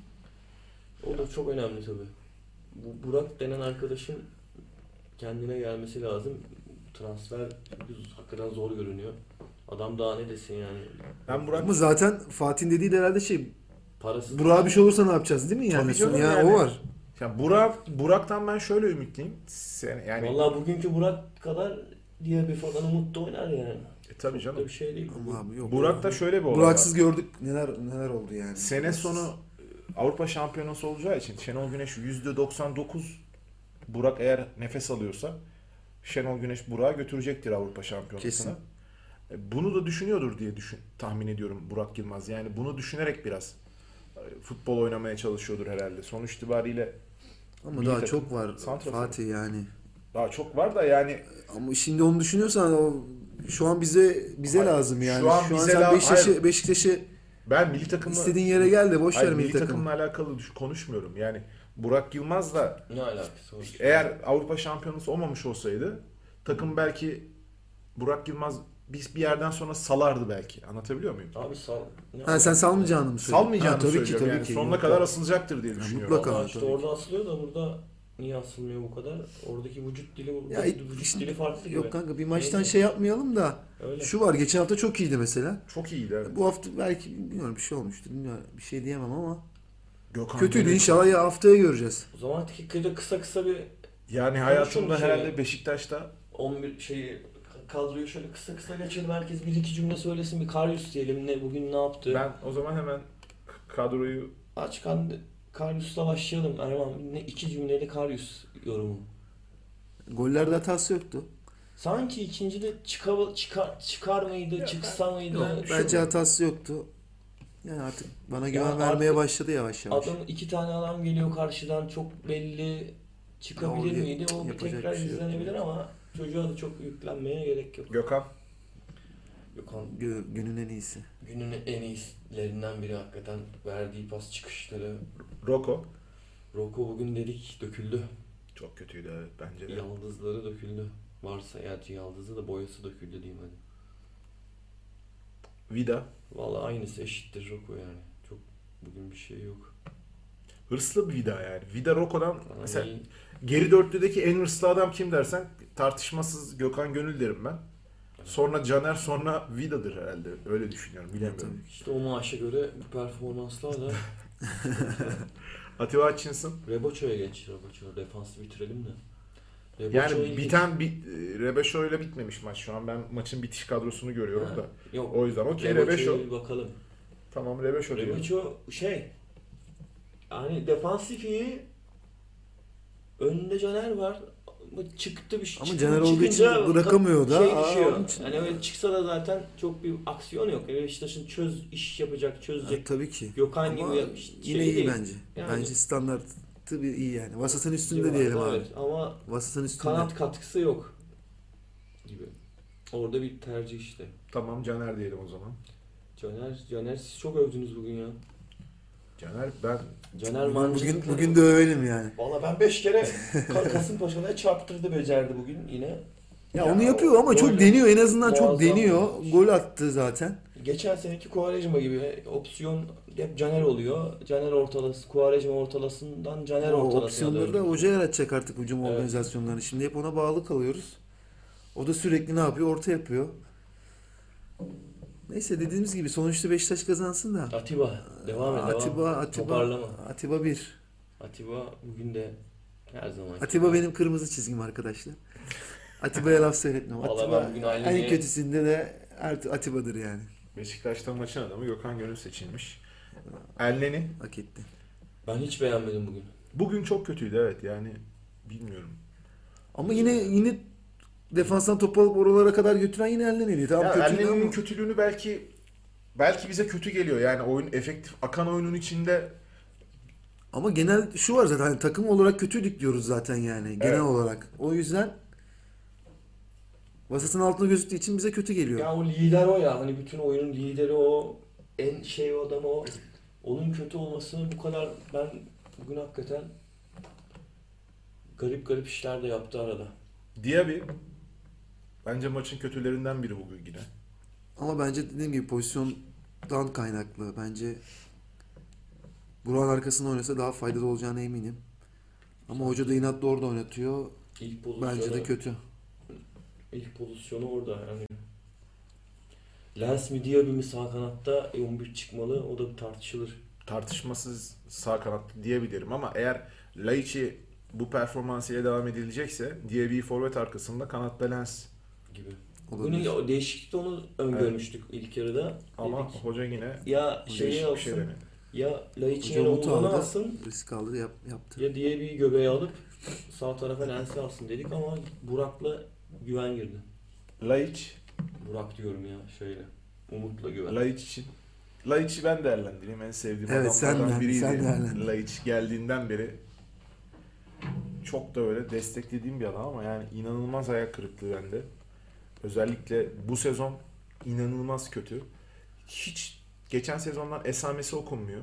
[SPEAKER 2] o da çok önemli tabii. Bu Burak denen arkadaşın kendine gelmesi lazım. Transfer hakikaten zor görünüyor. Adam daha ne desin yani.
[SPEAKER 1] Ben Burak
[SPEAKER 3] Ama zaten Fatih'in dediği de herhalde
[SPEAKER 2] Parasız.
[SPEAKER 3] Burak'a bir şey olursa ne yapacağız değil mi yani?
[SPEAKER 1] Tabii canım
[SPEAKER 3] Ya
[SPEAKER 1] yani.
[SPEAKER 3] o var.
[SPEAKER 1] yani Burak'tan ben şöyle ümitliyim. Yani
[SPEAKER 2] Vallahi bugünkü Burak kadar diye bir falan Umut da oynar yani.
[SPEAKER 1] tabii
[SPEAKER 2] Çok
[SPEAKER 1] canım.
[SPEAKER 2] da bir şey değil.
[SPEAKER 3] Ama abi yok.
[SPEAKER 1] Burak'ta şöyle bir olay
[SPEAKER 3] Buraksız
[SPEAKER 1] var.
[SPEAKER 3] gördük neler oldu yani.
[SPEAKER 1] Sene sonu Avrupa Şampiyonası olacağı için Şenol Güneş %99 Burak eğer nefes alıyorsa Şenol Güneş Burak'ı götürecektir Avrupa Şampiyonası'na.
[SPEAKER 3] Kesin.
[SPEAKER 1] Bunu da düşünüyordur diye tahmin ediyorum Burak Yılmaz. Yani bunu düşünerek biraz futbol oynamaya çalışıyordur herhalde. Sonuç itibariyle
[SPEAKER 3] Ama
[SPEAKER 1] milli
[SPEAKER 3] daha
[SPEAKER 1] takım,
[SPEAKER 3] çok var
[SPEAKER 1] santrafor.
[SPEAKER 3] Fatih yani.
[SPEAKER 1] daha çok var da yani
[SPEAKER 3] Ama şimdi onu düşünüyorsan şu an bize
[SPEAKER 1] Hayır,
[SPEAKER 3] lazım yani.
[SPEAKER 1] şu an
[SPEAKER 3] Şu an
[SPEAKER 1] bize
[SPEAKER 3] sen
[SPEAKER 1] hayır.
[SPEAKER 3] Beşiktaş'ı
[SPEAKER 1] ben milli takımı
[SPEAKER 3] istediğin yere gel de boş
[SPEAKER 1] hayır,
[SPEAKER 3] ver milli
[SPEAKER 1] milli
[SPEAKER 3] takımı.
[SPEAKER 1] takımla alakalı konuşmuyorum. Yani Burak Yılmaz'la
[SPEAKER 2] Ne alakası var?
[SPEAKER 1] eğer Avrupa Şampiyonası olmamış olsaydı takım belki Burak Yılmaz bir yerden sonra salardı belki. Anlatabiliyor muyum?
[SPEAKER 2] Abi sal.
[SPEAKER 3] Ha sen salmayacağını mı söylüyorsun?
[SPEAKER 1] Salmayacağını
[SPEAKER 3] Ha, tabii
[SPEAKER 1] söylüyorum
[SPEAKER 3] ki,
[SPEAKER 1] yani.
[SPEAKER 3] tabii ki.
[SPEAKER 1] Sonuna
[SPEAKER 3] Mutlaka.
[SPEAKER 1] kadar asılacaktır diye düşünüyorum.
[SPEAKER 3] mutlaka.
[SPEAKER 2] Vallahi işte
[SPEAKER 3] tabii
[SPEAKER 2] orada asılıyor da burada niye asılmıyor bu kadar? Oradaki vücut dili
[SPEAKER 3] Ya,
[SPEAKER 2] vücut
[SPEAKER 3] işte-
[SPEAKER 2] dili farklı gibi.
[SPEAKER 3] Yok kanka bir maçtan
[SPEAKER 2] Neyse.
[SPEAKER 3] şey yapmayalım da
[SPEAKER 2] Öyle.
[SPEAKER 3] şu var geçen hafta çok iyiydi mesela.
[SPEAKER 1] Çok iyiydi. Evet.
[SPEAKER 3] Bu hafta belki bilmiyorum bir şey olmuştur. Bilmiyorum, bir şey diyemem ama
[SPEAKER 1] Gökhan
[SPEAKER 3] kötüydü
[SPEAKER 1] Gönül-
[SPEAKER 3] inşallah ya haftaya göreceğiz.
[SPEAKER 2] O zaman kısa bir
[SPEAKER 1] Yani hayatımda
[SPEAKER 2] Konuşalım
[SPEAKER 1] herhalde
[SPEAKER 2] şöyle.
[SPEAKER 1] Beşiktaş'ta
[SPEAKER 2] 11 şeyi kadroyu şöyle kısa geçelim. Herkes bir iki cümle söylesin. Bir Karius diyelim. Bugün ne yaptı?
[SPEAKER 1] ben o zaman hemen kadroyu
[SPEAKER 2] Aç Karius'la başlayalım. Erman iki cümleyle Karius yorumu.
[SPEAKER 3] Gollerde hatası yoktu.
[SPEAKER 2] Sanki ikincide çıkar mıydı,
[SPEAKER 1] Ya
[SPEAKER 2] çıksa mıydı?
[SPEAKER 1] ben-
[SPEAKER 3] Bence hatası yoktu. Yani artık bana güven
[SPEAKER 2] Ya
[SPEAKER 3] vermeye
[SPEAKER 2] artık
[SPEAKER 3] başladı yavaş yavaş.
[SPEAKER 2] Adam iki tane adam geliyor karşıdan çok belli çıkabilir
[SPEAKER 3] Ya,
[SPEAKER 2] miydi? O bir
[SPEAKER 3] yapacak
[SPEAKER 2] tekrar
[SPEAKER 3] bir şey yok.
[SPEAKER 2] izlenebilir ama çocuğa da çok yüklenmeye gerek yok.
[SPEAKER 1] Gökhan
[SPEAKER 2] Gökhan
[SPEAKER 3] Günün en iyisi.
[SPEAKER 2] günün en iyilerinden biri hakikaten verdiği pas çıkışları.
[SPEAKER 1] Roko
[SPEAKER 2] Roko bugün dedik döküldü.
[SPEAKER 1] çok kötüydü evet bence de.
[SPEAKER 2] Yaldızları döküldü. Varsa gerçi yaldızı da boyası döküldü diyeyim hadi.
[SPEAKER 1] Vida
[SPEAKER 2] Vallahi aynısı eşittir Roko yani. Çok bugün bir şey yok.
[SPEAKER 1] hırslı bir Vida yani. Vida Roko'dan
[SPEAKER 2] Bana
[SPEAKER 1] mesela
[SPEAKER 2] iyi-
[SPEAKER 1] geri dörtlüdeki en hırslı adam kim dersen tartışmasız Gökhan Gönül derim ben. Sonra Caner sonra Vida'dır herhalde. Öyle düşünüyorum. Bilemiyorum.
[SPEAKER 3] Tabii.
[SPEAKER 2] İşte o maaşa göre bu performanslarla
[SPEAKER 1] Atiba Hutchinson.
[SPEAKER 2] Reboço'ya geç. Reboço defansı bitirelim de.
[SPEAKER 1] Yani
[SPEAKER 2] ilginç.
[SPEAKER 1] Rebeşo ile bitmemiş maç. Şu an ben maçın bitiş kadrosunu görüyorum
[SPEAKER 2] Ha,
[SPEAKER 1] da.
[SPEAKER 2] Yok.
[SPEAKER 1] O yüzden okey
[SPEAKER 2] Reboço'ya
[SPEAKER 1] Rebeşo.
[SPEAKER 2] bir bakalım.
[SPEAKER 1] Tamam Rebeşo diyelim.
[SPEAKER 2] Reboço yani defansif iyi önünde Caner var. Çıktı bir
[SPEAKER 3] Ama Caner olduğu için bırakamıyor da.
[SPEAKER 2] Şey düşüyor. Yani öyle çıksa da zaten çok bir aksiyon yok. Beşiktaş'ın iş yapacak, çözecek.
[SPEAKER 3] Tabii ki.
[SPEAKER 2] Gökhan
[SPEAKER 3] ama
[SPEAKER 2] gibi
[SPEAKER 3] yine iyi
[SPEAKER 2] değil.
[SPEAKER 3] bence.
[SPEAKER 2] Yani,
[SPEAKER 3] bence standartı bir iyi yani. Vasatın üstünde diyelim abi.
[SPEAKER 2] Evet, ama
[SPEAKER 3] Vasatın üstünde.
[SPEAKER 2] kanat katkısı yok gibi. Orada bir tercih işte.
[SPEAKER 1] Tamam, Caner diyelim o zaman.
[SPEAKER 2] Caner siz çok övdünüz bugün ya.
[SPEAKER 1] Caner
[SPEAKER 3] Bugün de övelim yani.
[SPEAKER 2] Valla ben 5 kere Kasımpaşa'ya çarptırdı, becerdi bugün yine.
[SPEAKER 3] Ya onu yapıyor ama çok deniyor, en azından çok deniyor.
[SPEAKER 2] Bir
[SPEAKER 3] Gol attı zaten.
[SPEAKER 2] Geçen seneki Quaresma gibi opsiyon hep Caner oluyor. Caner ortalası, Quaresma ortalasından Caner ortalasına
[SPEAKER 3] Opsiyonları da hoca yaratacak artık hücum organizasyonlarını. Şimdi hep ona bağlı kalıyoruz. O da sürekli ne yapıyor? Orta yapıyor. Neyse, dediğimiz gibi sonuçta Beşiktaş kazansın da.
[SPEAKER 2] Atiba devam et. Toparlama.
[SPEAKER 3] Atiba 1.
[SPEAKER 2] Atiba bugün de her zaman.
[SPEAKER 3] Atiba benim kırmızı çizgim arkadaşlar. Atiba'ya laf söyletmem. Atiba en kötüsünde de Atiba'dır yani.
[SPEAKER 1] Beşiktaş'ta maçın adamı Gökhan Gönül seçilmiş. Elneni
[SPEAKER 3] hak etti.
[SPEAKER 2] Ben hiç beğenmedim bugün.
[SPEAKER 1] Bugün çok kötüydü, evet, yani bilmiyorum.
[SPEAKER 3] Ama yine defanstan topu alıp oralara kadar götüren yine Elneni'ydi. Tamam,
[SPEAKER 1] Elneni'nin
[SPEAKER 3] ama
[SPEAKER 1] kötülüğünü belki bize kötü geliyor. Yani oyun efektif akan oyunun içinde.
[SPEAKER 3] ama genel şu var zaten, hani takım olarak kötüydük diyoruz zaten yani genel olarak. O yüzden vasatın altında gözüktüğü için bize kötü geliyor.
[SPEAKER 2] Ya o lider o ya. Hani bütün oyunun lideri o. En o adam o. Onun kötü olmasını bu kadar, ben bugün hakikaten garip işler de yaptı arada.
[SPEAKER 1] Diaby bence maçın kötülerinden biri bugün yine.
[SPEAKER 3] Ama bence dediğim gibi pozisyondan kaynaklı. Bence Burak'ın arkasında oynasa daha faydalı olacağına eminim. Ama hoca da inatla orada oynatıyor. Bence de kötü.
[SPEAKER 2] İlk pozisyonu orada yani. Lens mi Diaby mi sağ kanatta 11 çıkmalı, o da tartışılır.
[SPEAKER 1] Tartışmasız sağ kanatta diyebilirim ama eğer Laiç'i bu performansıyla devam edilecekse Diaby'yi forvet arkasında, kanatta Lens
[SPEAKER 2] gibi. Bugün o değişiklikte onu öngörmüştük ilk yarıda.
[SPEAKER 1] Ama
[SPEAKER 2] dedik,
[SPEAKER 1] hoca yine
[SPEAKER 2] ya şeyi alsın, ya Laiç'in yerine Umut'u alsın,
[SPEAKER 3] risk aldı, yaptı.
[SPEAKER 2] ya Diaby'yi göbeğe alıp sağ tarafa Lens'i alsın dedik ama Burak'la Güven girdi.
[SPEAKER 1] Laiç.
[SPEAKER 2] Burak diyorum ya şöyle. Umut'la Güven.
[SPEAKER 1] Laiç için. Laiç'i ben değerlendireyim. En sevdiğim
[SPEAKER 3] evet,
[SPEAKER 1] adamlardan biriydi.
[SPEAKER 3] Sen
[SPEAKER 1] Laiç geldiğinden beri çok da öyle desteklediğim bir adam ama yani inanılmaz ayak kırıklığı bende. Özellikle bu sezon inanılmaz kötü. Hiç geçen sezondan esamesi okunmuyor.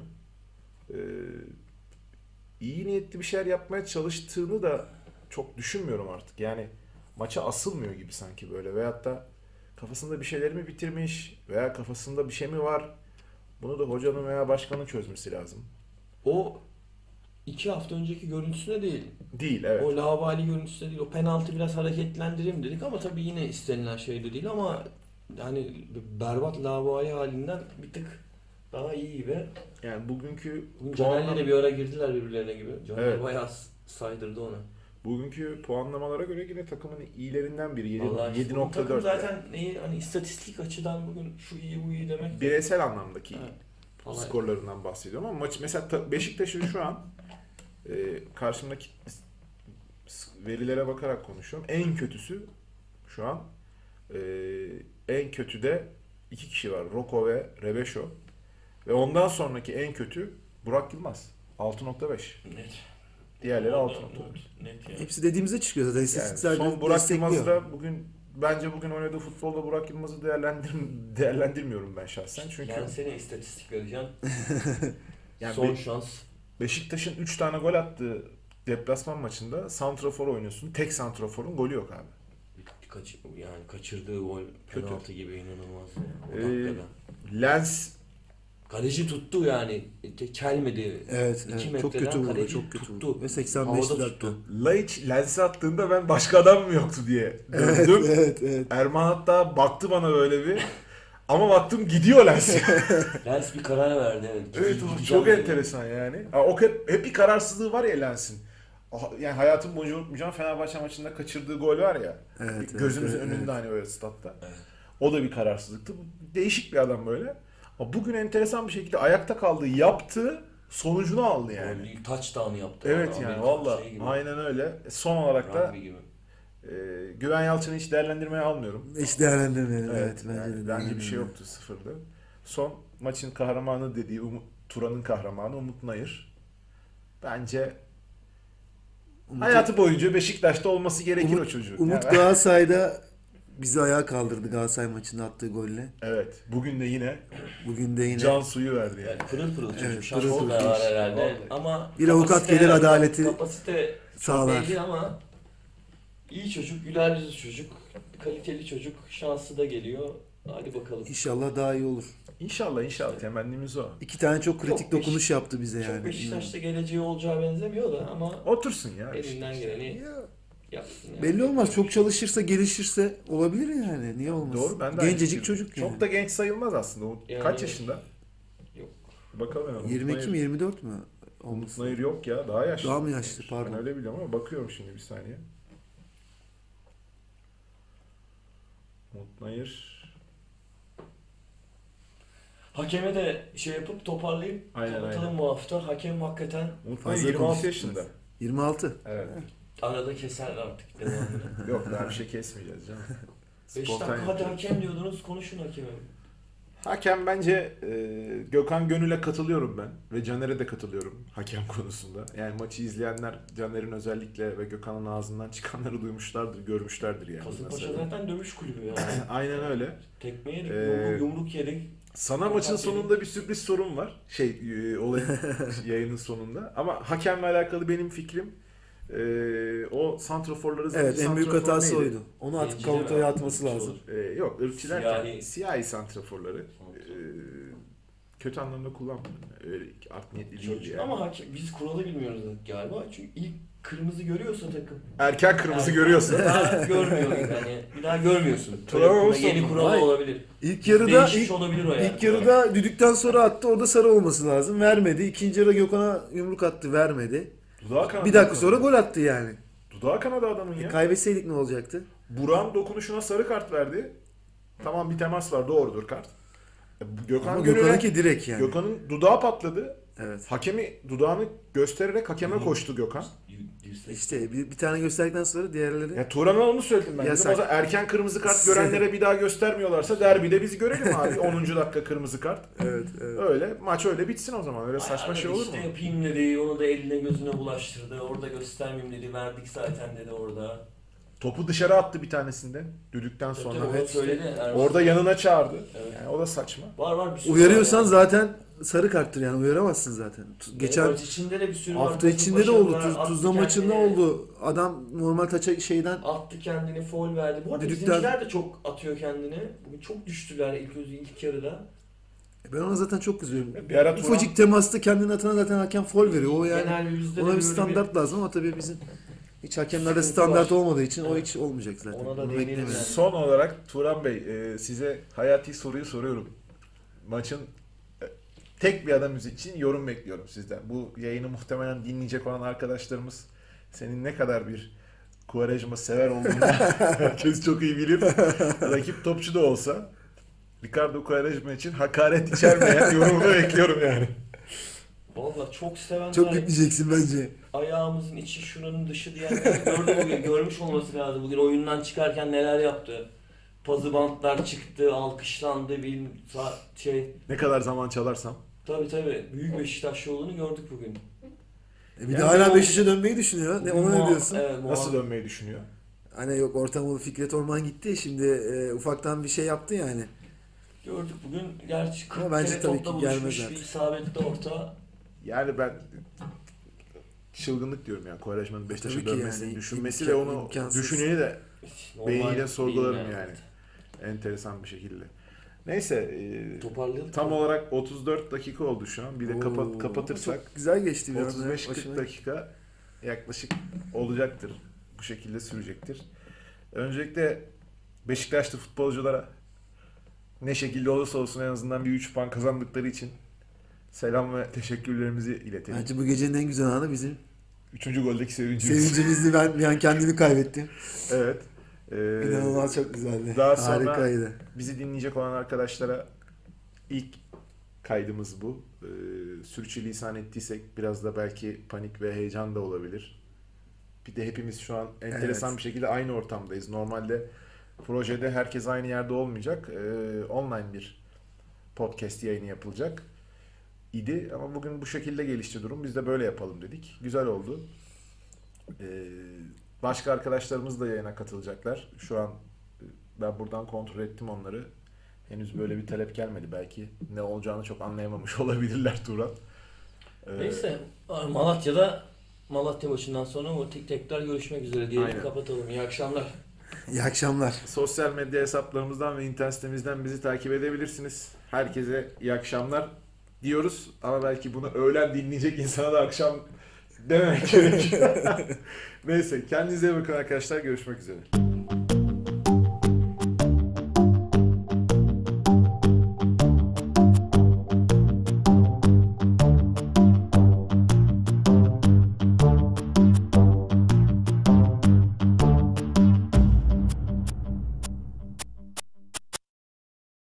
[SPEAKER 1] İyi niyetli bir şeyler yapmaya çalıştığını da çok düşünmüyorum artık. Yani maça asılmıyor gibi sanki böyle. Veyahut da kafasında bir şeyleri mi bitirmiş veya kafasında bir şey mi var? Bunu da hocanın veya başkanın çözmesi lazım.
[SPEAKER 2] O 2 hafta önceki görüntüsüne değil.
[SPEAKER 1] Değil, evet.
[SPEAKER 2] O laubali görüntüsüne değil. O penaltı biraz hareketlendireyim dedik ama tabii yine istenilen şey de değil ama yani berbat laubali halinden bir tık daha iyi gibi.
[SPEAKER 1] Yani bugünkü
[SPEAKER 2] Caner'le de bir ara girdiler birbirlerine gibi. Caner
[SPEAKER 1] evet,
[SPEAKER 2] bayağı saydırdı onu.
[SPEAKER 1] Bugünkü puanlamalara göre yine takımın iyilerinden biri. 7.4.
[SPEAKER 2] Takım zaten hani istatistik açıdan bugün şu iyi bu iyi demek.
[SPEAKER 1] Bireysel anlamdaki
[SPEAKER 2] evet,
[SPEAKER 1] skorlarından bahsediyorum ama maç mesela Beşiktaş'ın şu an karşımdaki verilere bakarak konuşuyorum. En kötüsü şu an en kötüde 2 kişi var. Roko ve Rebeşo. Ve ondan sonraki en kötü Burak Yılmaz. 6.5.
[SPEAKER 2] Net.
[SPEAKER 1] Diğerleri 6.4.
[SPEAKER 2] Net yani.
[SPEAKER 3] Hepsi dediğimize çıkıyor zaten.
[SPEAKER 1] Yani son Burak Yılmaz'ı da bence bugün oynadığı futbolda Burak Yılmaz'ı değerlendirmiyorum ben şahsen. Çünkü
[SPEAKER 2] Ben seni istatistik vereceğim.
[SPEAKER 1] yani
[SPEAKER 2] son şans.
[SPEAKER 1] Beşiktaş'ın 3 tane gol attığı deplasman maçında santrafor oynuyorsun. Tek santraforun golü yok abi.
[SPEAKER 2] Yani kaçırdığı gol penaltı gibi inanılmaz.
[SPEAKER 1] Lens
[SPEAKER 2] kaleci tuttu yani. Çelmedi.
[SPEAKER 3] Evet, çok kötü vurdu, çok kötü vurdu. Ve 85 dakika.
[SPEAKER 1] Laiç Lens'i attığında ben başka adam mı yoktu diye döndüm.
[SPEAKER 3] Evet.
[SPEAKER 1] Erman hatta baktı bana böyle bir. Ama baktım gidiyor Lens.
[SPEAKER 2] Lens bir karar verdi, evet.
[SPEAKER 1] Evet, çok enteresan yani. Hep bir kararsızlığı var ya Lens'in. Yani hayatım boyunca unutmayacağım, Fenerbahçe maçında kaçırdığı gol var ya. Gözümüzün önünde hani öyle statta.
[SPEAKER 2] Evet.
[SPEAKER 1] O da bir kararsızlıktı. Değişik bir adam böyle. Ama bugün enteresan bir şekilde ayakta kaldı, yaptı. sonucunu aldı yani.
[SPEAKER 2] Yani. Touchdown yaptı.
[SPEAKER 1] Evet
[SPEAKER 2] Amerikan
[SPEAKER 1] yani valla
[SPEAKER 2] şey gibi.
[SPEAKER 1] aynen öyle. Son olarak da
[SPEAKER 2] Rugby gibi.
[SPEAKER 1] Güven Yalçın'ı hiç değerlendirmeye almıyorum.
[SPEAKER 3] Hiç değerlendirmeyelim. Evet, bence
[SPEAKER 1] yani
[SPEAKER 3] de
[SPEAKER 1] bence bir şey yoktu, sıfırdı. Son maçın kahramanı dediği Turan'ın kahramanı Umut Nayır. Bence hayatı boyunca Beşiktaş'ta olması gerekir o çocuğun.
[SPEAKER 3] Umut
[SPEAKER 1] Yani-
[SPEAKER 3] Galatasaray'da bizi ayağa kaldırdı Galatasaray maçında attığı golle.
[SPEAKER 1] Evet. Bugün de yine
[SPEAKER 3] Bugün de yine
[SPEAKER 1] can suyu verdi yani.
[SPEAKER 2] Yani pırıl pırıl çocuk.
[SPEAKER 3] Evet,
[SPEAKER 2] Şansı
[SPEAKER 3] pırıl
[SPEAKER 2] da
[SPEAKER 3] pırıl.
[SPEAKER 2] var herhalde.
[SPEAKER 1] Vallahi.
[SPEAKER 2] Ama
[SPEAKER 3] Bir avukat
[SPEAKER 2] kapasite-
[SPEAKER 3] gelir, adaleti
[SPEAKER 2] kapasite
[SPEAKER 3] sağlar.
[SPEAKER 2] belli ama iyi çocuk, güler yüzlü çocuk, kaliteli çocuk. Şansı da geliyor. Hadi bakalım.
[SPEAKER 3] İnşallah daha iyi olur.
[SPEAKER 1] İnşallah temennimiz o.
[SPEAKER 3] 2 tane çok kritik
[SPEAKER 2] Çok
[SPEAKER 3] dokunuş yaptı bize
[SPEAKER 2] Çok
[SPEAKER 3] yani.
[SPEAKER 2] Beşiktaş'ta geleceği olacağı benzemiyor da ama
[SPEAKER 1] Otursun ya.
[SPEAKER 2] elinden geleni
[SPEAKER 3] Ya,
[SPEAKER 2] yapsın. Yani.
[SPEAKER 3] belli olmaz. Çok çalışırsa, gelişirse olabilir yani. Niye olmaz?
[SPEAKER 1] Doğru, ben de aynı
[SPEAKER 3] Gencecik
[SPEAKER 1] fikirdeyim.
[SPEAKER 3] çocuk yani.
[SPEAKER 1] Çok da genç sayılmaz aslında. O
[SPEAKER 2] Yani-
[SPEAKER 1] kaç yaşında?
[SPEAKER 2] Yok.
[SPEAKER 1] Bakalım ya.
[SPEAKER 3] 22 mi 24 mü?
[SPEAKER 1] Umut
[SPEAKER 3] Olması.
[SPEAKER 1] Nayır yok ya. Daha yaşlı.
[SPEAKER 3] Daha mı yaşlı, pardon.
[SPEAKER 1] Ben öyle biliyorum ama bakıyorum şimdi bir saniye. Umut Nayır.
[SPEAKER 2] Hakeme de şey yapıp toparlayıp
[SPEAKER 1] Aynen,
[SPEAKER 2] kapatalım
[SPEAKER 1] aynen.
[SPEAKER 2] bu hafta. Hakem hakikaten
[SPEAKER 1] Umut Nayır
[SPEAKER 3] Fazla
[SPEAKER 1] 26
[SPEAKER 3] konuştuk.
[SPEAKER 1] yaşında.
[SPEAKER 3] 26.
[SPEAKER 1] Evet.
[SPEAKER 2] arada keser artık devamını.
[SPEAKER 1] Yok daha bir şey kesmeyeceğiz canım.
[SPEAKER 2] 5
[SPEAKER 1] Spontan
[SPEAKER 2] dakika hadi
[SPEAKER 1] yapacağız.
[SPEAKER 2] hakem diyordunuz, konuşun hakeme.
[SPEAKER 1] Hakem bence Gökhan Gönül'e katılıyorum ben ve Caner'e de katılıyorum hakem konusunda. Yani maçı izleyenler Caner'in özellikle ve Gökhan'ın ağzından çıkanları duymuşlardır, görmüşlerdir yani.
[SPEAKER 2] Kasımpaşa
[SPEAKER 1] mesela.
[SPEAKER 2] zaten dövüş kulübü yani.
[SPEAKER 1] Aynen öyle.
[SPEAKER 2] Tekme yedik,
[SPEAKER 1] Ee,
[SPEAKER 2] yumruk yedik.
[SPEAKER 1] Sana maçın sonunda bir sürpriz sorun var. Olayın yayının sonunda. Ama hakemle alakalı benim fikrim o santraforları
[SPEAKER 3] Evet, en büyük
[SPEAKER 1] santrafor
[SPEAKER 3] hatası
[SPEAKER 1] neydi?
[SPEAKER 3] oydu. Onu atıp
[SPEAKER 2] Zenciler
[SPEAKER 3] kavutaya
[SPEAKER 2] abi,
[SPEAKER 3] atması
[SPEAKER 2] ırkçı
[SPEAKER 3] lazım.
[SPEAKER 2] olur.
[SPEAKER 1] Yok ırkçılar
[SPEAKER 2] Siyahi.
[SPEAKER 1] siyahi santraforları. Kötü anlamda kullanmıyorum. Öyle art niyetli değil
[SPEAKER 2] Çocuk
[SPEAKER 1] yani.
[SPEAKER 2] ama hakem, biz kuralı bilmiyoruz galiba. Çünkü ilk kırmızı görüyorsa takım.
[SPEAKER 1] Erken kırmızı
[SPEAKER 2] Yani
[SPEAKER 1] görüyorsun.
[SPEAKER 2] Bir daha görmüyor yani. Bir daha görmüyorsun.
[SPEAKER 1] Turan
[SPEAKER 2] Böyle
[SPEAKER 1] olsun.
[SPEAKER 2] yeni kural
[SPEAKER 3] Hayır.
[SPEAKER 2] olabilir.
[SPEAKER 3] İlk yarıda
[SPEAKER 2] Değişmiş olabilir o yani.
[SPEAKER 3] ilk yarıda düdükten sonra attı. Orada sarı olması lazım. Vermedi. İkinci yarı Gökhan'a yumruk attı. Vermedi.
[SPEAKER 1] Dudağı kanadı.
[SPEAKER 3] Bir dakika sonra gol attı yani.
[SPEAKER 1] Dudağı kanadı adamın ya.
[SPEAKER 3] Kaybetseydik ne olacaktı?
[SPEAKER 1] Burak'ın dokunuşuna sarı kart verdi. Tamam bir temas var doğrudur kart. Gökhan
[SPEAKER 3] Ama
[SPEAKER 1] Gönül'e
[SPEAKER 3] Gökhan'ınki direkt yani.
[SPEAKER 1] Gökhan'ın dudağı patladı.
[SPEAKER 3] Evet.
[SPEAKER 1] Hakemi dudağını göstererek hakeme koştu Gökhan.
[SPEAKER 3] İşte bir tane gösterdikten sonra diğerleri
[SPEAKER 1] Ya Turan'a onu söyledim ben. Dedim,
[SPEAKER 3] Yasak.
[SPEAKER 1] o zaman erken kırmızı kart görenlere bir daha göstermiyorlarsa derbide bizi görelim abi. 10. dakika kırmızı kart.
[SPEAKER 3] evet.
[SPEAKER 1] Öyle maç öyle bitsin o zaman. Öyle saçma
[SPEAKER 2] Ayarladı
[SPEAKER 1] şey olur mu?
[SPEAKER 2] işte yapayım dedi, onu da eline gözüne bulaştırdı. Orada göstermeyeyim dedi, verdik zaten dedi orada.
[SPEAKER 1] Topu dışarı attı bir tanesinde düdükten
[SPEAKER 2] Tabii
[SPEAKER 1] sonra.
[SPEAKER 2] tabii, onu
[SPEAKER 3] evet.
[SPEAKER 2] söyledi. Erman.
[SPEAKER 1] Orada yanına çağırdı.
[SPEAKER 2] Evet.
[SPEAKER 1] Yani o da saçma.
[SPEAKER 2] Var bir sürü
[SPEAKER 3] Uyarıyorsan
[SPEAKER 2] var yani.
[SPEAKER 3] zaten sarı karttır yani uyaramazsın zaten. Geçen
[SPEAKER 2] Maç içinde de bir sürü var.
[SPEAKER 3] hafta içinde de
[SPEAKER 2] Kasımpaşa'da
[SPEAKER 3] oldu.
[SPEAKER 2] attı
[SPEAKER 3] Tuzla maçında
[SPEAKER 2] kendini,
[SPEAKER 3] oldu. Adam normal taça şeyden
[SPEAKER 2] Attı kendini, foul verdi. Bu arada
[SPEAKER 3] Düdükten-
[SPEAKER 2] bizimkiler de çok atıyor kendini. Bugün çok düştüler ilk yarıda.
[SPEAKER 3] ben ona zaten çok kızıyorum.
[SPEAKER 1] Bir ara Turan-
[SPEAKER 3] Ufacık temasta kendini atana zaten hakem foul veriyor. O yani
[SPEAKER 2] Genel bizde de
[SPEAKER 3] ona bir
[SPEAKER 2] böyle
[SPEAKER 3] standart lazım ama tabii bizim hiç hakemlerde
[SPEAKER 2] Sıkıntı
[SPEAKER 3] standart
[SPEAKER 2] var.
[SPEAKER 3] olmadığı için o
[SPEAKER 2] Evet.
[SPEAKER 3] hiç olmayacak zaten.
[SPEAKER 2] Ona da
[SPEAKER 3] Bunu
[SPEAKER 2] değinelim
[SPEAKER 3] beklemeyin.
[SPEAKER 2] yani.
[SPEAKER 1] Son olarak Turan Bey size hayati soruyu soruyorum. Maçın tek bir adamımız için yorum bekliyorum sizden. Bu yayını muhtemelen dinleyecek olan arkadaşlarımız senin ne kadar bir Quaresma sever olduğunu herkes çok iyi bilir. Rakip topçu da olsa Ricardo Quaresma için hakaret içermeyen yorumunu bekliyorum yani.
[SPEAKER 2] Valla çok sevenler,
[SPEAKER 3] Çok bitmeyeceksin bence.
[SPEAKER 2] ayağımızın içi şuranın dışı diyenler gördüm bugün. Görmüş olması lazım. Bugün oyundan çıkarken neler yaptı. Pazı bantlar çıktı, alkışlandı,
[SPEAKER 1] Ne kadar zaman çalarsam.
[SPEAKER 2] Tabii büyük Beşiktaşlı olduğunu gördük bugün.
[SPEAKER 3] Bir de
[SPEAKER 2] Yani
[SPEAKER 3] hala
[SPEAKER 2] o-
[SPEAKER 3] Beşiktaş'a dönmeyi düşünüyor. Ne ona ne diyorsun?
[SPEAKER 2] Evet,
[SPEAKER 1] Nasıl dönmeyi düşünüyor?
[SPEAKER 3] Hani yok Ortamoğlu Fikret Orman gitti. Şimdi ufaktan bir şey yaptı yani.
[SPEAKER 2] Gördük bugün. Gerçi 40
[SPEAKER 3] Ama bence
[SPEAKER 2] kere
[SPEAKER 3] tabii
[SPEAKER 2] topla
[SPEAKER 3] ki gelmez
[SPEAKER 2] buluşmuş bir
[SPEAKER 3] artık.
[SPEAKER 2] isabetli orta.
[SPEAKER 1] Yani ben çılgınlık diyorum yani Quaresma'nın Beşiktaş'a
[SPEAKER 3] Tabii ki
[SPEAKER 1] dönmesini
[SPEAKER 3] yani,
[SPEAKER 1] düşünmesi ve onu
[SPEAKER 3] imkansız.
[SPEAKER 1] düşüneni de
[SPEAKER 2] Normal
[SPEAKER 1] beyniyle
[SPEAKER 2] değil
[SPEAKER 1] sorgularım yani. Enteresan bir şekilde. Neyse
[SPEAKER 2] Toparlayalım.
[SPEAKER 1] tam olarak 34 dakika oldu şu an. Bir de
[SPEAKER 3] Oo,
[SPEAKER 1] kapatırsak
[SPEAKER 3] çok güzel geçti bir anda.
[SPEAKER 1] 35-40
[SPEAKER 3] Hoşuma-
[SPEAKER 1] dakika yaklaşık olacaktır. Bu şekilde sürecektir. Öncelikle Beşiktaşlı futbolculara ne şekilde olursa olsun en azından bir 3 puan kazandıkları için selam ve teşekkürlerimizi iletelim.
[SPEAKER 3] Bence bu gecenin en güzel anı bizim
[SPEAKER 1] 3. goldeki sevincimiz.
[SPEAKER 3] sevincimizdi. Ben bir an kendimi kaybettim.
[SPEAKER 1] Evet.
[SPEAKER 3] İnanılmaz çok güzeldi.
[SPEAKER 1] Daha sonra
[SPEAKER 3] Harikaydı.
[SPEAKER 1] bizi dinleyecek olan arkadaşlara ilk kaydımız bu. sürçülisan ettiysek biraz da belki panik ve heyecan da olabilir. Bir de hepimiz şu an enteresan bir şekilde aynı ortamdayız. Normalde projede herkes aynı yerde olmayacak. Online bir podcast yayını yapılacak idi ama bugün bu şekilde gelişti durum. Biz de böyle yapalım dedik. Güzel oldu. Başka arkadaşlarımız da yayına katılacaklar. Şu an ben buradan kontrol ettim onları. Henüz böyle bir talep gelmedi. Belki ne olacağını çok anlayamamış olabilirler Turan.
[SPEAKER 2] Neyse Malatya maçından sonra tekrar görüşmek üzere diyelim.
[SPEAKER 1] Aynen.
[SPEAKER 2] Kapatalım. İyi akşamlar.
[SPEAKER 3] İyi akşamlar.
[SPEAKER 1] Sosyal medya hesaplarımızdan ve internet sitemizden bizi takip edebilirsiniz. Herkese iyi akşamlar diyoruz. Ama belki bunu öğlen dinleyecek insana da akşam dememek gerekiyor. Neyse kendinize iyi bakın arkadaşlar. Görüşmek üzere.